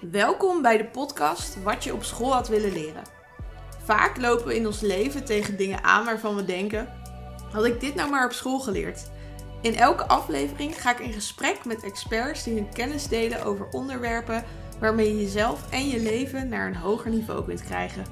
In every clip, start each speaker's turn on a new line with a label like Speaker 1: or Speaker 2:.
Speaker 1: Welkom bij de podcast Wat je op school had willen leren. Vaak lopen we in ons leven tegen dingen aan waarvan we denken: had ik dit nou maar op school geleerd? In elke aflevering ga ik in gesprek met experts die hun kennis delen over onderwerpen waarmee je jezelf en je leven naar een hoger niveau kunt krijgen.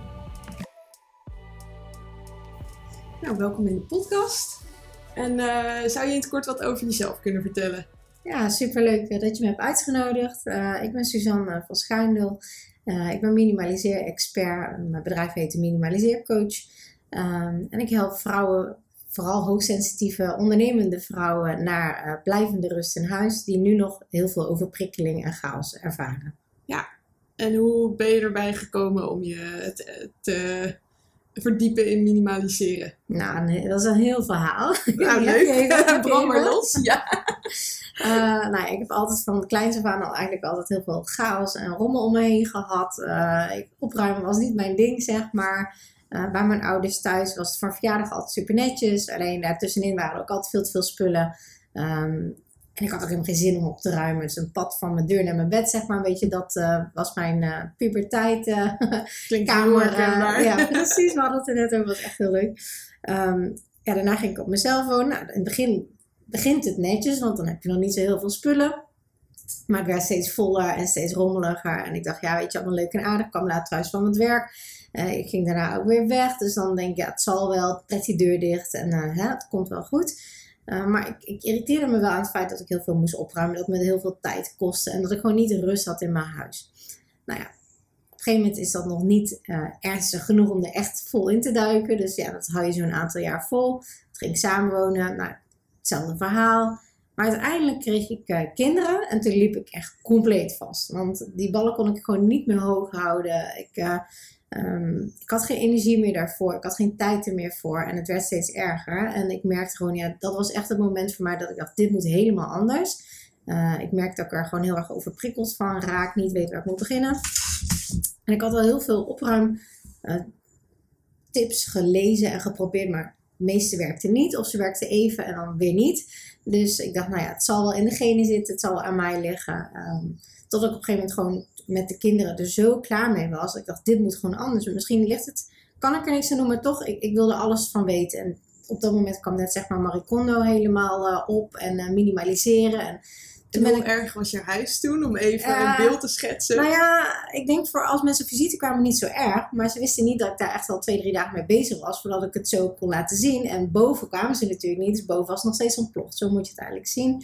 Speaker 1: Nou, welkom in de podcast. En zou je in het kort wat over jezelf kunnen vertellen?
Speaker 2: Ja, superleuk dat je me hebt uitgenodigd. Ik ben Suzanne van Schuindel. Ik ben minimaliseer-expert. Mijn bedrijf heet de Minimaliseercoach. En ik help vrouwen, vooral hoogsensitieve, ondernemende vrouwen, naar blijvende rust in huis, die nu nog heel veel overprikkeling en chaos ervaren.
Speaker 1: Ja, en hoe ben je erbij gekomen om je te verdiepen in minimaliseren?
Speaker 2: Nou, nee, dat is een heel verhaal.
Speaker 1: Nou, leuk. Brand maar los. Ja.
Speaker 2: Ik heb altijd van kleins af aan eigenlijk altijd heel veel chaos en rommel om me heen gehad. Opruimen was niet mijn ding, zeg maar. Bij mijn ouders thuis was het voor verjaardag altijd super netjes. Alleen daartussenin waren er ook altijd veel te veel spullen. En ik had ook helemaal geen zin om op te ruimen. Dus een pad van mijn deur naar mijn bed, zeg maar. Weet je, dat was mijn puberteit.
Speaker 1: Klinkt
Speaker 2: kamer.
Speaker 1: heel herkenbaar.
Speaker 2: Ja, precies. We hadden het er net over. Dat was echt heel leuk. Daarna ging ik op mezelf wonen. Nou, in het begin begint het netjes, want dan heb je nog niet zo heel veel spullen. Maar het werd steeds voller en steeds rommeliger. En ik dacht, ja, weet je, allemaal leuk en aardig. Ik kwam later thuis van het werk. Ik ging daarna ook weer weg. Dus dan denk ik, ja, het zal wel. Trek die deur dicht en het komt wel goed. Maar ik irriteerde me wel aan het feit dat ik heel veel moest opruimen. Dat me heel veel tijd kostte. En dat ik gewoon niet de rust had in mijn huis. Nou ja, op een gegeven moment is dat nog niet ernstig genoeg om er echt vol in te duiken. Dus ja, dat hou je zo'n aantal jaar vol. Toen ging ik samenwonen. Nou, hetzelfde verhaal. Maar uiteindelijk kreeg ik kinderen. En toen liep ik echt compleet vast. Want die ballen kon ik gewoon niet meer hoog houden. Ik had geen energie meer daarvoor. Ik had geen tijd er meer voor. En het werd steeds erger. En ik merkte gewoon, ja, dat was echt het moment voor mij dat ik dacht, dit moet helemaal anders. Ik merkte dat ik er gewoon heel erg overprikkeld van raak. Niet weet waar ik moet beginnen. En ik had al heel veel opruimtips gelezen en geprobeerd. Maar de meeste werkten niet. Of ze werkten even en dan weer niet. Dus ik dacht, nou ja, het zal wel in de genen zitten. Het zal wel aan mij liggen. Tot ik op een gegeven moment gewoon met de kinderen er zo klaar mee was. Ik dacht, dit moet gewoon anders. Misschien ligt het, kan ik er niks aan doen, maar toch, ik wilde alles van weten. En op dat moment kwam net zeg maar Marie Kondo helemaal op en minimaliseren. En
Speaker 1: hoe erg was je huis toen, om even een beeld te schetsen?
Speaker 2: Nou ja, ik denk voor als mensen op visite kwamen niet zo erg. Maar ze wisten niet dat ik daar echt al 2-3 dagen mee bezig was. Voordat ik het zo kon laten zien. En boven kwamen ze natuurlijk niet. Dus boven was het nog steeds ontploft. Zo moet je het eigenlijk zien.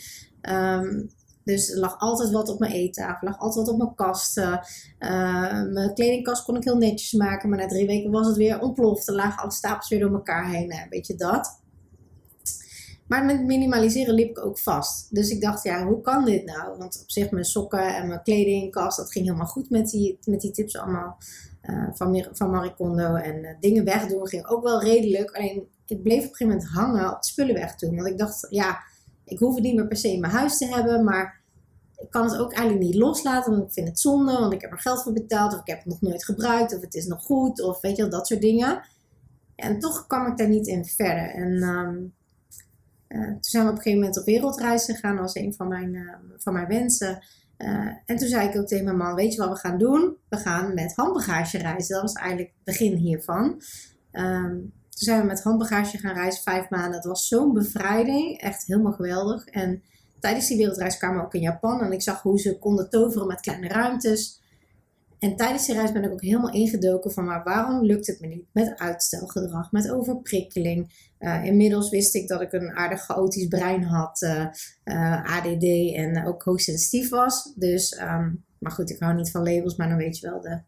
Speaker 2: Dus er lag altijd wat op mijn eettafel. Er lag altijd wat op mijn kasten. Mijn kledingkast kon ik heel netjes maken. Maar na 3 weken was het weer ontploft. Er lagen alle stapels weer door elkaar heen. Weet je dat. Maar met minimaliseren liep ik ook vast. Dus ik dacht, ja, hoe kan dit nou? Want op zich mijn sokken en mijn kledingkast, dat ging helemaal goed met die tips allemaal van Marie Kondo. En dingen wegdoen ging ook wel redelijk. Alleen ik bleef op een gegeven moment hangen op de spullen wegdoen. Want ik dacht, ja, ik hoef het niet meer per se in mijn huis te hebben. Maar ik kan het ook eigenlijk niet loslaten. Want ik vind het zonde, want ik heb er geld voor betaald. Of ik heb het nog nooit gebruikt. Of het is nog goed. Of weet je wel, dat soort dingen. En toch kwam ik daar niet in verder. En toen zijn we op een gegeven moment op wereldreis gegaan. Dat was een van mijn wensen. En toen zei ik ook tegen mijn man, weet je wat we gaan doen? We gaan met handbagage reizen. Dat was eigenlijk het begin hiervan. Toen zijn we met handbagage gaan reizen 5 maanden. Dat was zo'n bevrijding. Echt helemaal geweldig. En tijdens die wereldreis kwamen we ook in Japan. En ik zag hoe ze konden toveren met kleine ruimtes. En tijdens die reis ben ik ook helemaal ingedoken van, maar waarom lukt het me niet? Met uitstelgedrag, met overprikkeling. Inmiddels wist ik dat ik een aardig chaotisch brein had, ADD en ook hoogsensitief was. Dus, maar goed, ik hou niet van labels, maar dan weet je wel de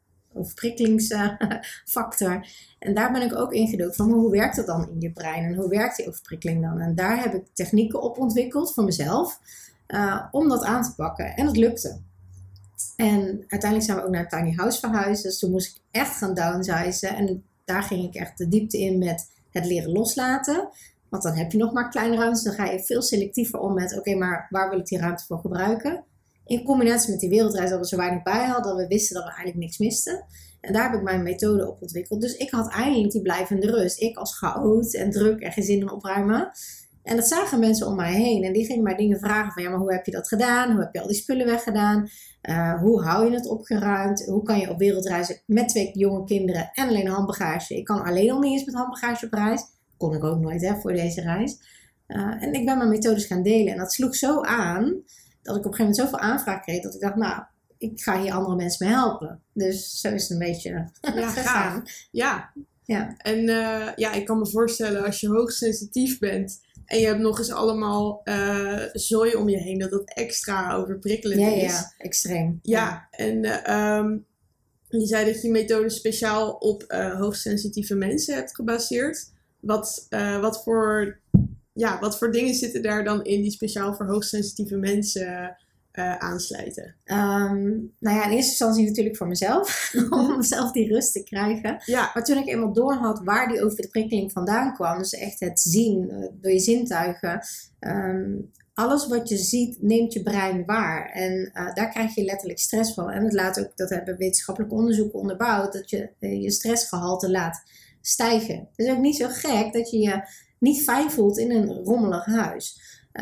Speaker 2: overprikkelingsfactor. En daar ben ik ook ingedoken van, hoe werkt dat dan in je brein? En hoe werkt die overprikkeling dan? En daar heb ik technieken op ontwikkeld voor mezelf, om dat aan te pakken. En het lukte. En uiteindelijk zijn we ook naar een tiny house verhuisd. Dus toen moest ik echt gaan downsizen. En daar ging ik echt de diepte in met het leren loslaten. Want dan heb je nog maar kleine ruimtes. Dan ga je veel selectiever om met, oké, maar waar wil ik die ruimte voor gebruiken? In combinatie met die wereldreis dat we zo weinig bij hadden. Dat we wisten dat we eigenlijk niks misten. En daar heb ik mijn methode op ontwikkeld. Dus ik had eindelijk die blijvende rust. Ik als chaot en druk en geen zin in opruimen. En dat zagen mensen om mij heen. En die gingen mij dingen vragen van, ja, maar hoe heb je dat gedaan? Hoe heb je al die spullen weggedaan? Hoe hou je het opgeruimd? Hoe kan je op wereldreizen met 2 jonge kinderen en alleen handbagage? Ik kan alleen al niet eens met handbagage op reis. Kon ik ook nooit, voor deze reis. En ik ben mijn methodes gaan delen. En dat sloeg zo aan, dat ik op een gegeven moment zoveel aanvraag kreeg, dat ik dacht, nou, ik ga hier andere mensen mee helpen. Dus zo is het een beetje gegaan.
Speaker 1: Ja.
Speaker 2: Ja.
Speaker 1: En ik kan me voorstellen, als je hoogsensitief bent en je hebt nog eens allemaal zooi om je heen, dat dat extra overprikkelend is.
Speaker 2: Ja, extreem.
Speaker 1: Ja, en je zei dat je methode speciaal op hoogsensitieve mensen hebt gebaseerd. Wat voor dingen zitten daar dan in die speciaal voor hoogsensitieve mensen aansluiten?
Speaker 2: In eerste instantie natuurlijk voor mezelf. Om mezelf die rust te krijgen.
Speaker 1: Ja.
Speaker 2: Maar toen ik eenmaal door had waar die overprikkeling vandaan kwam. Dus echt het zien door je zintuigen. Alles wat je ziet neemt je brein waar. En daar krijg je letterlijk stress van. En het laat ook, dat hebben wetenschappelijke onderzoeken onderbouwd. Dat je je stressgehalte laat stijgen. Het is ook niet zo gek dat je je niet fijn voelt in een rommelig huis.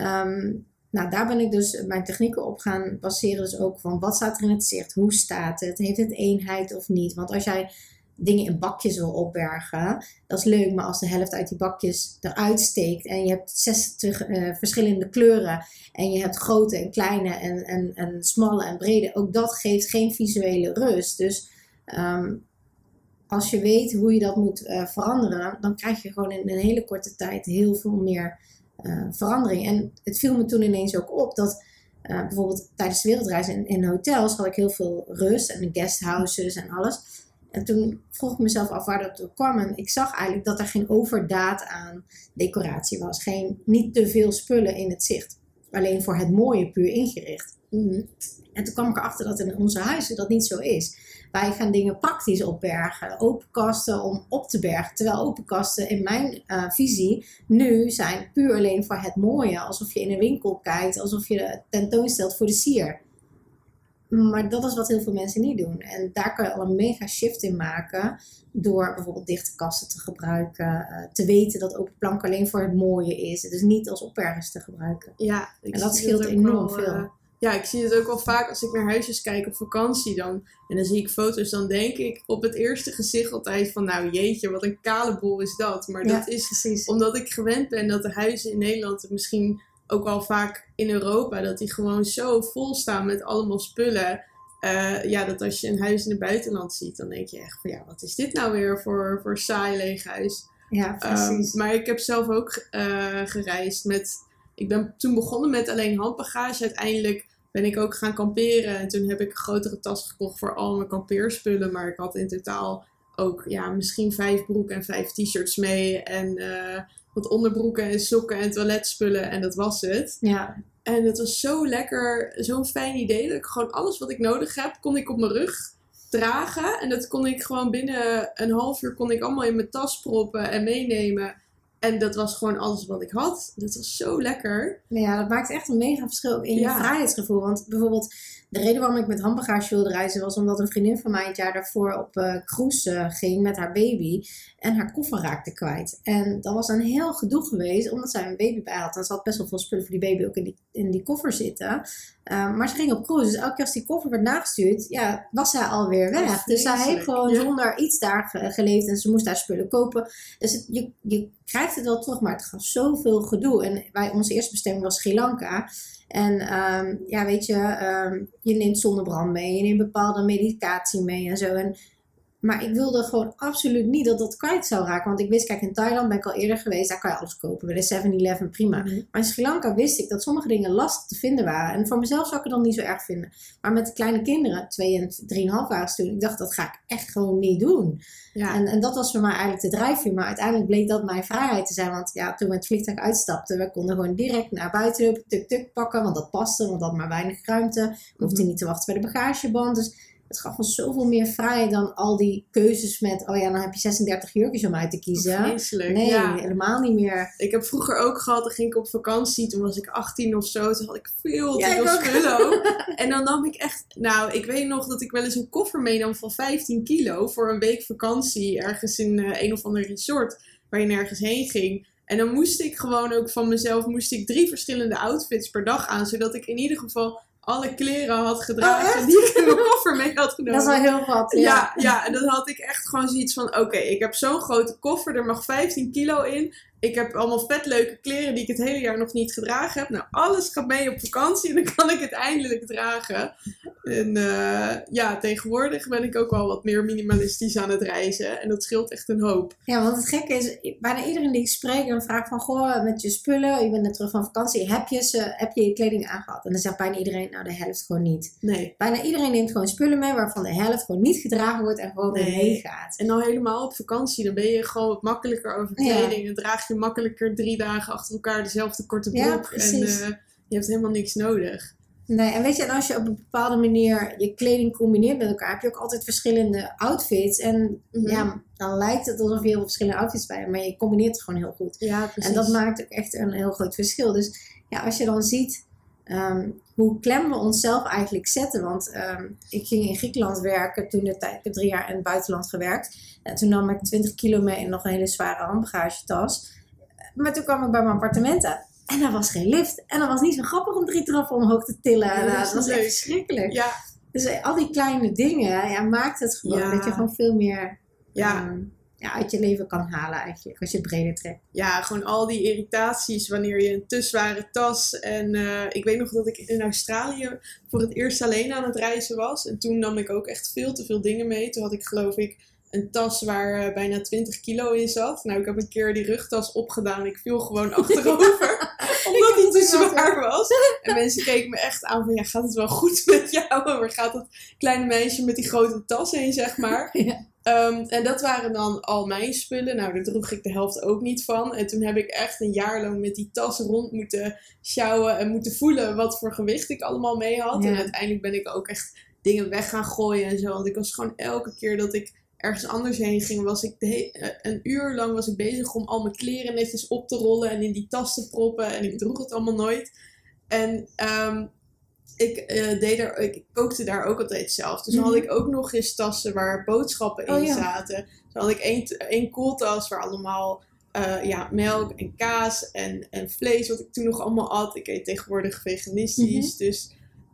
Speaker 2: Daar ben ik dus mijn technieken op gaan baseren. Dus ook van wat staat er in het zicht? Hoe staat het? Heeft het eenheid of niet? Want als jij dingen in bakjes wil opbergen, dat is leuk. Maar als de helft uit die bakjes eruit steekt en je hebt 60 verschillende kleuren en je hebt grote en kleine en smalle en brede, ook dat geeft geen visuele rust. Dus als je weet hoe je dat moet veranderen, dan krijg je gewoon in een hele korte tijd heel veel meer verandering. En het viel me toen ineens ook op dat bijvoorbeeld tijdens de wereldreis in hotels had ik heel veel rust en de guesthouses en alles. En toen vroeg ik mezelf af waar dat door kwam. En ik zag eigenlijk dat er geen overdaad aan decoratie was. Niet te veel spullen in het zicht. Alleen voor het mooie puur ingericht.
Speaker 1: Mm-hmm.
Speaker 2: En toen kwam ik erachter dat in onze huizen dat niet zo is. Wij gaan dingen praktisch opbergen. Open kasten om op te bergen. Terwijl open kasten in mijn visie nu zijn puur alleen voor het mooie. Alsof je in een winkel kijkt. Alsof je tentoonstelt voor de sier. Maar dat is wat heel veel mensen niet doen. En daar kan je al een mega shift in maken. Door bijvoorbeeld dichte kasten te gebruiken. Te weten dat open plank alleen voor het mooie is. Dus niet als opbergers te gebruiken.
Speaker 1: Ja,
Speaker 2: en dat scheelt enorm veel.
Speaker 1: Ik zie het ook wel vaak als ik naar huisjes kijk op vakantie en dan zie ik foto's, dan denk ik op het eerste gezicht altijd van nou jeetje, wat een kale boel is dat. Maar dat is
Speaker 2: precies
Speaker 1: omdat ik gewend ben dat de huizen in Nederland, misschien ook wel vaak in Europa, dat die gewoon zo vol staan met allemaal spullen. Dat als je een huis in het buitenland ziet, dan denk je echt van wat is dit nou weer voor saai leeg huis.
Speaker 2: Ja, precies.
Speaker 1: Maar ik heb zelf ook gereisd met... Ik ben toen begonnen met alleen handbagage. Uiteindelijk ben ik ook gaan kamperen. En toen heb ik een grotere tas gekocht voor al mijn kampeerspullen. Maar ik had in totaal ook misschien 5 broeken en 5 t-shirts mee. En wat onderbroeken en sokken en toiletspullen. En dat was het.
Speaker 2: Ja.
Speaker 1: En het was zo lekker, zo'n fijn idee. Dat ik gewoon alles wat ik nodig heb, kon ik op mijn rug dragen. En dat kon ik gewoon binnen een half uur kon ik allemaal in mijn tas proppen en meenemen. En dat was gewoon alles wat ik had. Dat was zo lekker.
Speaker 2: Ja, dat maakt echt een mega verschil in je vrijheidsgevoel. Want bijvoorbeeld, de reden waarom ik met handbagage wilde reizen was omdat een vriendin van mij het jaar daarvoor op cruise ging met haar baby. En haar koffer raakte kwijt. En dat was een heel gedoe geweest, omdat zij een baby bij had. En ze had best wel veel spullen voor die baby ook in die koffer zitten. Maar ze ging op cruise. Dus elke keer als die koffer werd nagestuurd, was zij alweer weg. Dus zij heeft gewoon zonder iets daar geleefd. En ze moest daar spullen kopen. Dus je krijgt het wel terug, maar het gaf zoveel gedoe. En onze eerste bestemming was Sri Lanka. En je neemt zonnebrand mee. Je neemt bepaalde medicatie mee en zo. Maar ik wilde gewoon absoluut niet dat dat kwijt zou raken. Want ik wist, kijk, in Thailand ben ik al eerder geweest. Daar kan je alles kopen. Bij de 7-Eleven, prima. Mm-hmm. Maar in Sri Lanka wist ik dat sommige dingen lastig te vinden waren. En voor mezelf zou ik het dan niet zo erg vinden. Maar met de kleine kinderen, 2 en 3,5 waren ze toen. Ik dacht, dat ga ik echt gewoon niet doen. Ja. En dat was voor mij eigenlijk de drijfveer. Maar uiteindelijk bleek dat mijn vrijheid te zijn. Want toen we het vliegtuig uitstapten, we konden gewoon direct naar buiten lopen. Tuk-tuk pakken, want dat paste. Want dat had maar weinig ruimte. We hoefden niet te wachten bij de bagageband. Dus het gaf ons zoveel meer vrijheid dan al die keuzes met... dan heb je 36 jurkjes om uit te kiezen.
Speaker 1: Vreselijk,
Speaker 2: nee, helemaal niet meer.
Speaker 1: Ik heb vroeger ook gehad, dan ging ik op vakantie. Toen was ik 18 of zo. Toen had ik veel te veel spullen ook. En dan nam ik echt... ik weet nog dat ik wel eens een koffer meenam van 15 kilo... voor een week vakantie ergens in een of ander resort... waar je nergens heen ging. En dan moest ik gewoon ook van mezelf 3 verschillende outfits per dag aan. Zodat ik in ieder geval alle kleren had gedragen die ik in mijn koffer mee had genomen.
Speaker 2: Dat is wel heel wat.
Speaker 1: Ja, en dan had ik echt gewoon zoiets van, oké, ik heb zo'n grote koffer, er mag 15 kilo in. Ik heb allemaal vet leuke kleren die ik het hele jaar nog niet gedragen heb. Nou, alles gaat mee op vakantie en dan kan ik het eindelijk dragen. En tegenwoordig ben ik ook wel wat meer minimalistisch aan het reizen. En dat scheelt echt een hoop.
Speaker 2: Ja, want het gekke is, bijna iedereen die ik spreek, dan vraag ik van, goh, met je spullen, je bent net terug van vakantie, heb je kleding aangehad? En dan zegt bijna iedereen, nou, de helft gewoon niet.
Speaker 1: Nee.
Speaker 2: Bijna iedereen neemt gewoon spullen mee, waarvan de helft gewoon niet gedragen wordt en gewoon weer meegaat.
Speaker 1: En dan helemaal op vakantie, dan ben je gewoon wat makkelijker over kleding. Dan draag je makkelijker 3 dagen achter elkaar dezelfde korte broek.
Speaker 2: Ja, precies.
Speaker 1: En je hebt helemaal niks nodig.
Speaker 2: Nee, en weet je, en als je op een bepaalde manier je kleding combineert met elkaar, heb je ook altijd verschillende outfits. En dan lijkt het alsof je heel veel verschillende outfits bij hebt, maar je combineert het gewoon heel goed.
Speaker 1: Ja, precies.
Speaker 2: En dat maakt ook echt een heel groot verschil. Dus ja, als je dan ziet hoe klem we onszelf eigenlijk zetten. Want ik ging in Griekenland werken toen de tijd. Ik heb 3 jaar in het buitenland gewerkt. En toen nam ik 20 kilo mee en nog een hele zware handbagagetas. Maar toen kwam ik bij mijn appartement aan. En er was geen lift. En dat was niet zo grappig om 3 trappen omhoog te tillen.
Speaker 1: Ja,
Speaker 2: dat was echt verschrikkelijk.
Speaker 1: Ja.
Speaker 2: Dus al die kleine dingen maakt het gewoon dat je gewoon veel meer uit je leven kan halen eigenlijk. Als je het breder trekt.
Speaker 1: Ja, gewoon al die irritaties wanneer je een te zware tas. En ik weet nog dat ik in Australië voor het eerst alleen aan het reizen was. En toen nam ik ook echt veel te veel dingen mee. Toen had ik geloof ik een tas waar bijna 20 kilo in zat. Nou, ik heb een keer die rugtas opgedaan. Ik viel gewoon achterover. Omdat hij te zwaar was. En mensen keken me echt aan van, ja, gaat het wel goed met jou? Waar gaat dat kleine meisje met die grote tas heen, zeg maar?
Speaker 2: Ja.
Speaker 1: En dat waren dan al mijn spullen. Nou, daar droeg ik de helft ook niet van. En toen heb ik echt een jaar lang met die tas rond moeten sjouwen en moeten voelen wat voor gewicht ik allemaal mee had.
Speaker 2: Ja.
Speaker 1: En uiteindelijk ben ik ook echt dingen weg gaan gooien en zo. Want ik was gewoon elke keer dat ik ergens anders heen ging, was ik een uur lang was ik bezig om al mijn kleren netjes op te rollen en in die tas te proppen. En ik droeg het allemaal nooit. En ik kookte daar ook altijd zelf. Dus dan had ik ook nog eens tassen waar boodschappen in zaten. Dan had ik één koeltas waar allemaal melk en kaas en vlees, wat ik toen nog allemaal at. Ik eet tegenwoordig veganistisch. Dus,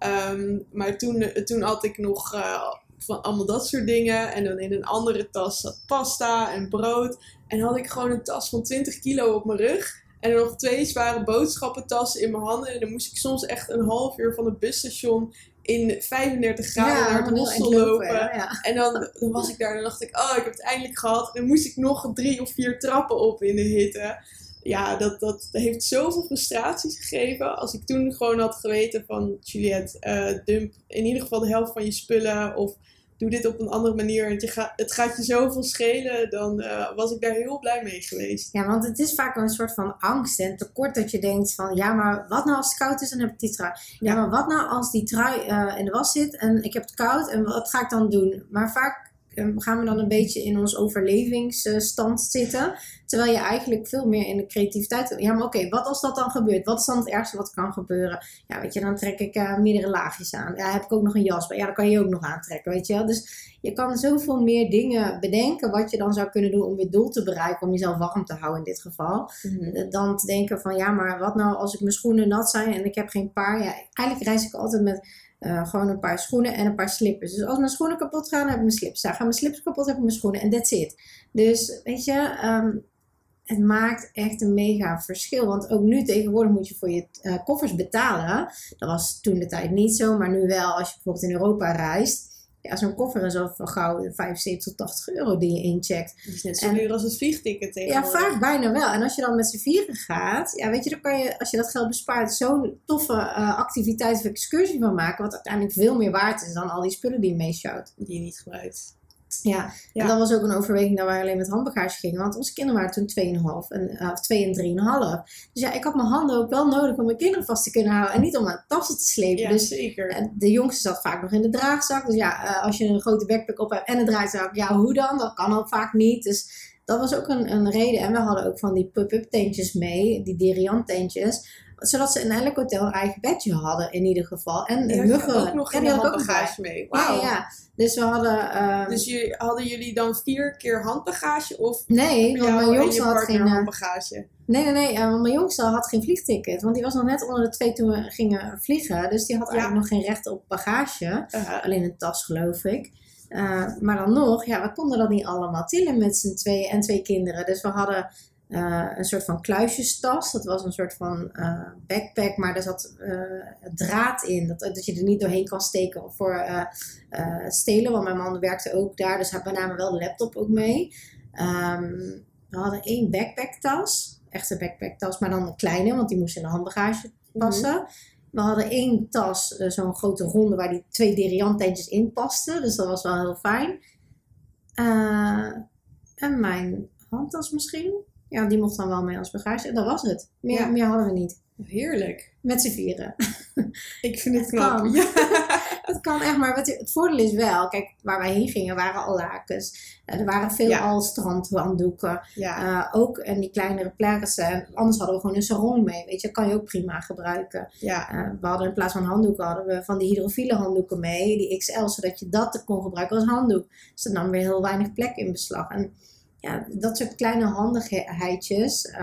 Speaker 1: maar toen had ik nog van allemaal dat soort dingen. En dan in een andere tas zat pasta en brood. En had ik gewoon een tas van 20 kilo op mijn rug. En nog 2 zware boodschappentassen in mijn handen. En dan moest ik soms echt een half uur van het busstation in 35 graden naar het hostel lopen. En dan was ik daar en dan dacht ik, oh, ik heb het eindelijk gehad. En dan moest ik nog 3 of 4 trappen op in de hitte. Ja, dat heeft zoveel frustraties gegeven. Als ik toen gewoon had geweten van, Juliette, dump in ieder geval de helft van je spullen. Of doe dit op een andere manier. Het gaat je zoveel schelen. Dan was ik daar heel blij mee geweest.
Speaker 2: Ja, want het is vaak een soort van angst en tekort dat je denkt van, ja, maar wat nou als het koud is, dan heb ik die trui. Ja, maar wat nou als die trui in de was zit en ik heb het koud en wat ga ik dan doen? Maar vaak gaan we dan een beetje in ons overlevingsstand zitten. Terwijl je eigenlijk veel meer in de creativiteit... Ja, maar oké, wat als dat dan gebeurt? Wat is dan het ergste wat kan gebeuren? Ja, weet je, dan trek ik meerdere laagjes aan. Ja, heb ik ook nog een jas bij. Ja, dan kan je ook nog aantrekken, weet je wel. Dus je kan zoveel meer dingen bedenken wat je dan zou kunnen doen om je doel te bereiken. Om jezelf warm te houden in dit geval. Dan te denken van, ja, maar wat nou als ik mijn schoenen nat zijn en ik heb geen paar? Ja, eigenlijk reis ik altijd met... gewoon een paar schoenen en een paar slippers. Dus als mijn schoenen kapot gaan, heb ik mijn slips. Gaan mijn slips kapot, heb ik mijn schoenen. En that's it. Dus weet je, het maakt echt een mega verschil. Want ook nu tegenwoordig moet je voor je koffers betalen. Dat was toen de tijd niet zo, maar nu wel. Als je bijvoorbeeld in Europa reist. Ja, zo'n koffer is al van gauw 75 tot 80 euro die je incheckt.
Speaker 1: Dat is net zo duur als het vliegticket tegenwoordig.
Speaker 2: Ja, vaak bijna wel. En als je dan met z'n vieren gaat, ja, weet je, dan kan je, als je dat geld bespaart, zo'n toffe activiteit of excursie van maken, wat uiteindelijk veel meer waard is dan al die spullen die je meesjouwt.
Speaker 1: Die je niet gebruikt.
Speaker 2: Ja, en dat was ook een overweging dat wij alleen met handbagage gingen. Want onze kinderen waren toen 2 en 3,5. Dus ja, ik had mijn handen ook wel nodig om mijn kinderen vast te kunnen houden. En niet om aan tassen te slepen.
Speaker 1: Ja,
Speaker 2: dus
Speaker 1: zeker.
Speaker 2: De jongste zat vaak nog in de draagzak. Dus ja, als je een grote backpack op hebt en een draagzak, ja, hoe dan? Dat kan ook vaak niet. Dus dat was ook een reden. En we hadden ook van die pop-up tentjes mee, die Derian tentjes. Zodat ze in elk hotel een eigen bedje hadden in ieder geval. En
Speaker 1: Die had
Speaker 2: muggen.
Speaker 1: je ook nog in de handbagage mee. Wauw.
Speaker 2: Ja. Dus we hadden...
Speaker 1: Dus hadden jullie dan 4 keer handbagage? Of
Speaker 2: nee, want mijn jongste had geen...
Speaker 1: handbagage?
Speaker 2: Nee. Want mijn jongste had geen vliegticket. Want die was nog net onder de 2 toen we gingen vliegen. Dus die had eigenlijk nog geen recht op bagage. Alleen een tas, geloof ik. Maar dan nog, we konden dat niet allemaal tillen met z'n 2 en 2 kinderen. Dus we hadden een soort van kluisjestas. Dat was een soort van backpack, maar daar zat draad in. Dat je er niet doorheen kan steken voor stelen. Want mijn man werkte ook daar, dus we namen wel de laptop ook mee. We hadden 1 backpacktas. Echte backpacktas, maar dan een kleine, want die moest in de handbagage passen. We hadden 1 tas, zo'n grote ronde, waar die 2 Derian-tentjes in pasten. Dus dat was wel heel fijn. En mijn handtas misschien. Ja, die mocht dan wel mee als bagage. En dat was het. Meer hadden we niet.
Speaker 1: Heerlijk.
Speaker 2: Met z'n 4.
Speaker 1: Ik vind het knap.
Speaker 2: Kan. Het kan echt, maar het voordeel is wel, kijk, waar wij heen gingen waren al lakens. Er waren veel al strandhanddoeken.
Speaker 1: Ja.
Speaker 2: Ook en die kleinere plaatsen. Anders hadden we gewoon een sarong mee. Weet je, dat kan je ook prima gebruiken.
Speaker 1: Ja.
Speaker 2: We hadden in plaats van handdoeken hadden we van die hydrofiele handdoeken mee. Die XL, zodat je dat kon gebruiken als handdoek. Dus dat nam weer heel weinig plek in beslag. En ja, dat soort kleine handigheidjes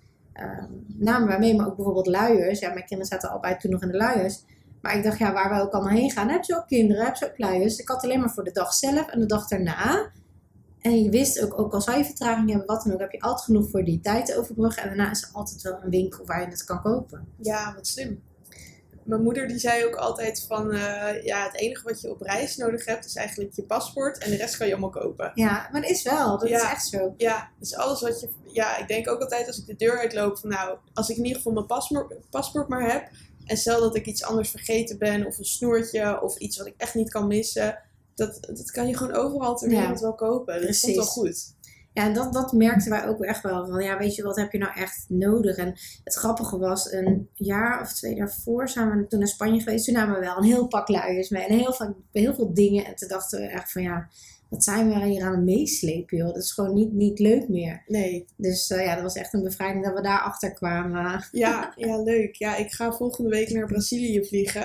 Speaker 2: namen wij mee. Maar ook bijvoorbeeld luiers. Ja, mijn kinderen zaten allebei toen nog in de luiers. Maar ik dacht, waar wij ook allemaal heen gaan, hebben ze ook kinderen, hebben ze ook luiers. Ik had alleen maar voor de dag zelf en de dag daarna. En je wist ook al zou je vertraging hebben, wat dan ook, heb je altijd genoeg voor die tijd te overbruggen. En daarna is er altijd wel een winkel waar je het kan kopen.
Speaker 1: Ja, wat slim. Mijn moeder die zei ook altijd van, het enige wat je op reis nodig hebt is eigenlijk je paspoort en de rest kan je allemaal kopen.
Speaker 2: Ja, maar dat is wel, dat is echt zo.
Speaker 1: Ja, dus alles wat je, ik denk ook altijd als ik de deur uitloop van als ik in ieder geval mijn paspoort maar heb. En stel dat ik iets anders vergeten ben of een snoertje of iets wat ik echt niet kan missen. Dat kan je gewoon overal ter wereld wel kopen. Dat komt wel goed.
Speaker 2: Ja, en dat merkten wij ook echt wel. Van, weet je, wat heb je nou echt nodig? En het grappige was, een jaar of 2 daarvoor zijn we toen naar Spanje geweest. Toen namen we wel een heel pak luiers mee en heel veel dingen. En toen dachten we echt van, wat zijn we hier aan het meeslepen, joh. Dat is gewoon niet leuk meer.
Speaker 1: Nee.
Speaker 2: Dus dat was echt een bevrijding dat we daar achter kwamen.
Speaker 1: Ja, leuk. Ja, ik ga volgende week naar Brazilië vliegen.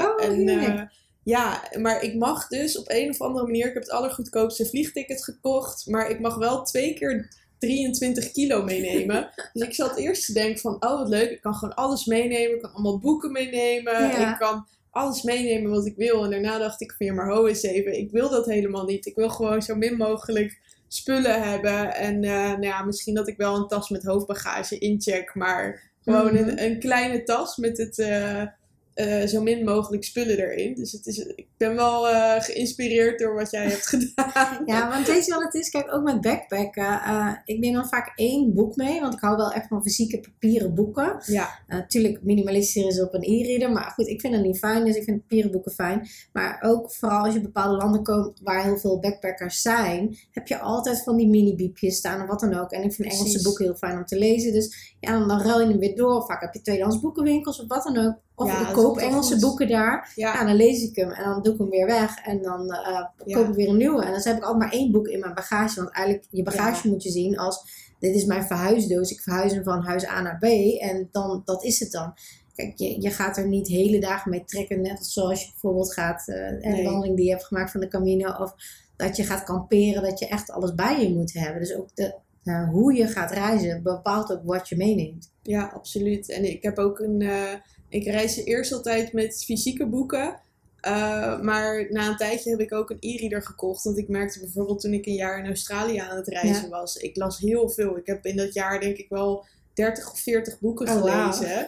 Speaker 1: Maar ik mag dus op een of andere manier, ik heb het allergoedkoopste vliegticket gekocht, maar ik mag wel 2 keer 23 kilo meenemen. Dus ik zat eerst te denken van, wat leuk, ik kan gewoon alles meenemen, ik kan allemaal boeken meenemen, ik kan alles meenemen wat ik wil. En daarna dacht ik van, maar ho eens even, ik wil dat helemaal niet. Ik wil gewoon zo min mogelijk spullen hebben en misschien dat ik wel een tas met hoofdbagage incheck, maar gewoon een kleine tas met het zo min mogelijk spullen erin. Dus ik ben wel geïnspireerd door wat jij hebt gedaan.
Speaker 2: Ja, want weet je wat het is? Kijk, ook met backpacken. Ik neem dan vaak 1 boek mee. Want ik hou wel echt van fysieke papieren boeken.
Speaker 1: Ja.
Speaker 2: Natuurlijk minimaliseren ze op een e-reader. Maar goed, ik vind dat niet fijn. Dus ik vind papieren boeken fijn. Maar ook vooral als je bepaalde landen komt waar heel veel backpackers zijn. Heb je altijd van die mini-biepjes staan of wat dan ook. En ik vind Engelse boeken heel fijn om te lezen. Dus dan ruil je hem weer door. Vaak heb je tweedehands boekenwinkels of wat dan ook. Of ik koop Engelse boeken daar. Ja, dan lees ik hem en dan doe ik hem weer weg. En dan koop ik weer een nieuwe. En dan heb ik altijd maar 1 boek in mijn bagage. Want eigenlijk, je bagage moet je zien als, dit is mijn verhuisdoos. Ik verhuis hem van huis A naar B. En dan, dat is het dan. Kijk, je gaat er niet hele dagen mee trekken. Net zoals je bijvoorbeeld gaat, een wandeling die je hebt gemaakt van de Camino. Of dat je gaat kamperen, dat je echt alles bij je moet hebben. Dus ook hoe je gaat reizen bepaalt ook wat je meeneemt.
Speaker 1: Ja, absoluut. En ik heb ook ik reis eerst altijd met fysieke boeken. Maar na een tijdje heb ik ook een e-reader gekocht. Want ik merkte bijvoorbeeld toen ik een jaar in Australië aan het reizen was. Ik las heel veel. Ik heb in dat jaar denk ik wel 30 of 40 boeken gelezen.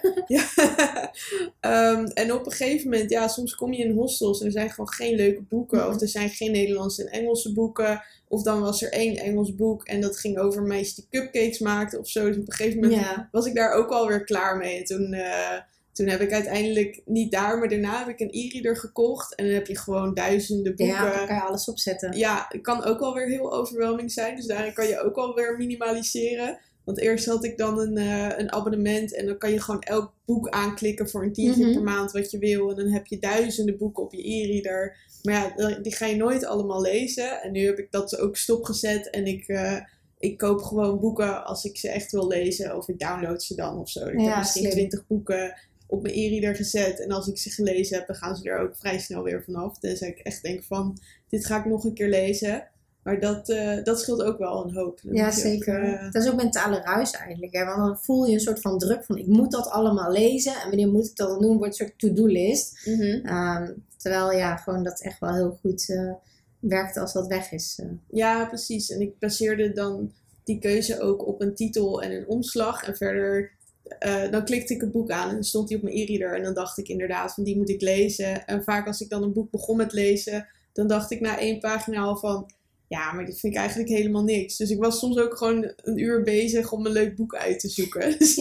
Speaker 1: Wow. En op een gegeven moment, soms kom je in hostels en er zijn gewoon geen leuke boeken. Of er zijn geen Nederlandse en Engelse boeken. Of dan was er 1 Engels boek en dat ging over meisjes die cupcakes maakten of zo. Dus op een gegeven moment was ik daar ook alweer klaar mee. En toen heb ik uiteindelijk niet daar, maar daarna heb ik een e-reader gekocht. En dan heb je gewoon duizenden boeken.
Speaker 2: Ja, dan kan je alles opzetten.
Speaker 1: Ja, het kan ook wel weer heel overwhelming zijn. Dus daarin kan je ook wel weer minimaliseren. Want eerst had ik dan een abonnement. En dan kan je gewoon elk boek aanklikken voor een tientje per maand wat je wil. En dan heb je duizenden boeken op je e-reader. Maar die ga je nooit allemaal lezen. En nu heb ik dat ook stopgezet. En ik koop gewoon boeken als ik ze echt wil lezen. Of ik download ze dan of zo. Ik heb misschien
Speaker 2: slim.
Speaker 1: 20 boeken op mijn e-reader gezet. En als ik ze gelezen heb, dan gaan ze er ook vrij snel weer vanaf. Dus ik echt denk van, dit ga ik nog een keer lezen. Maar dat scheelt ook wel een hoop. Dan
Speaker 2: Ja,
Speaker 1: moet je
Speaker 2: zeker.
Speaker 1: ook,
Speaker 2: Dat is ook mentale ruis eigenlijk. Hè? Want dan voel je een soort van druk van, ik moet dat allemaal lezen. En wanneer moet ik dat dan doen, wordt een soort to-do-list. Terwijl ja, gewoon dat echt wel heel goed werkt als dat weg is.
Speaker 1: Ja, precies. En ik baseerde dan die keuze ook op een titel en een omslag. En verder, dan klikte ik het boek aan en dan stond die op mijn e-reader. En dan dacht ik inderdaad van, die moet ik lezen. En vaak als ik dan een boek begon met lezen, dan dacht ik na 1 pagina al van, ja, maar dit vind ik eigenlijk helemaal niks. Dus ik was soms ook gewoon een uur bezig om een leuk boek uit te zoeken. Dus,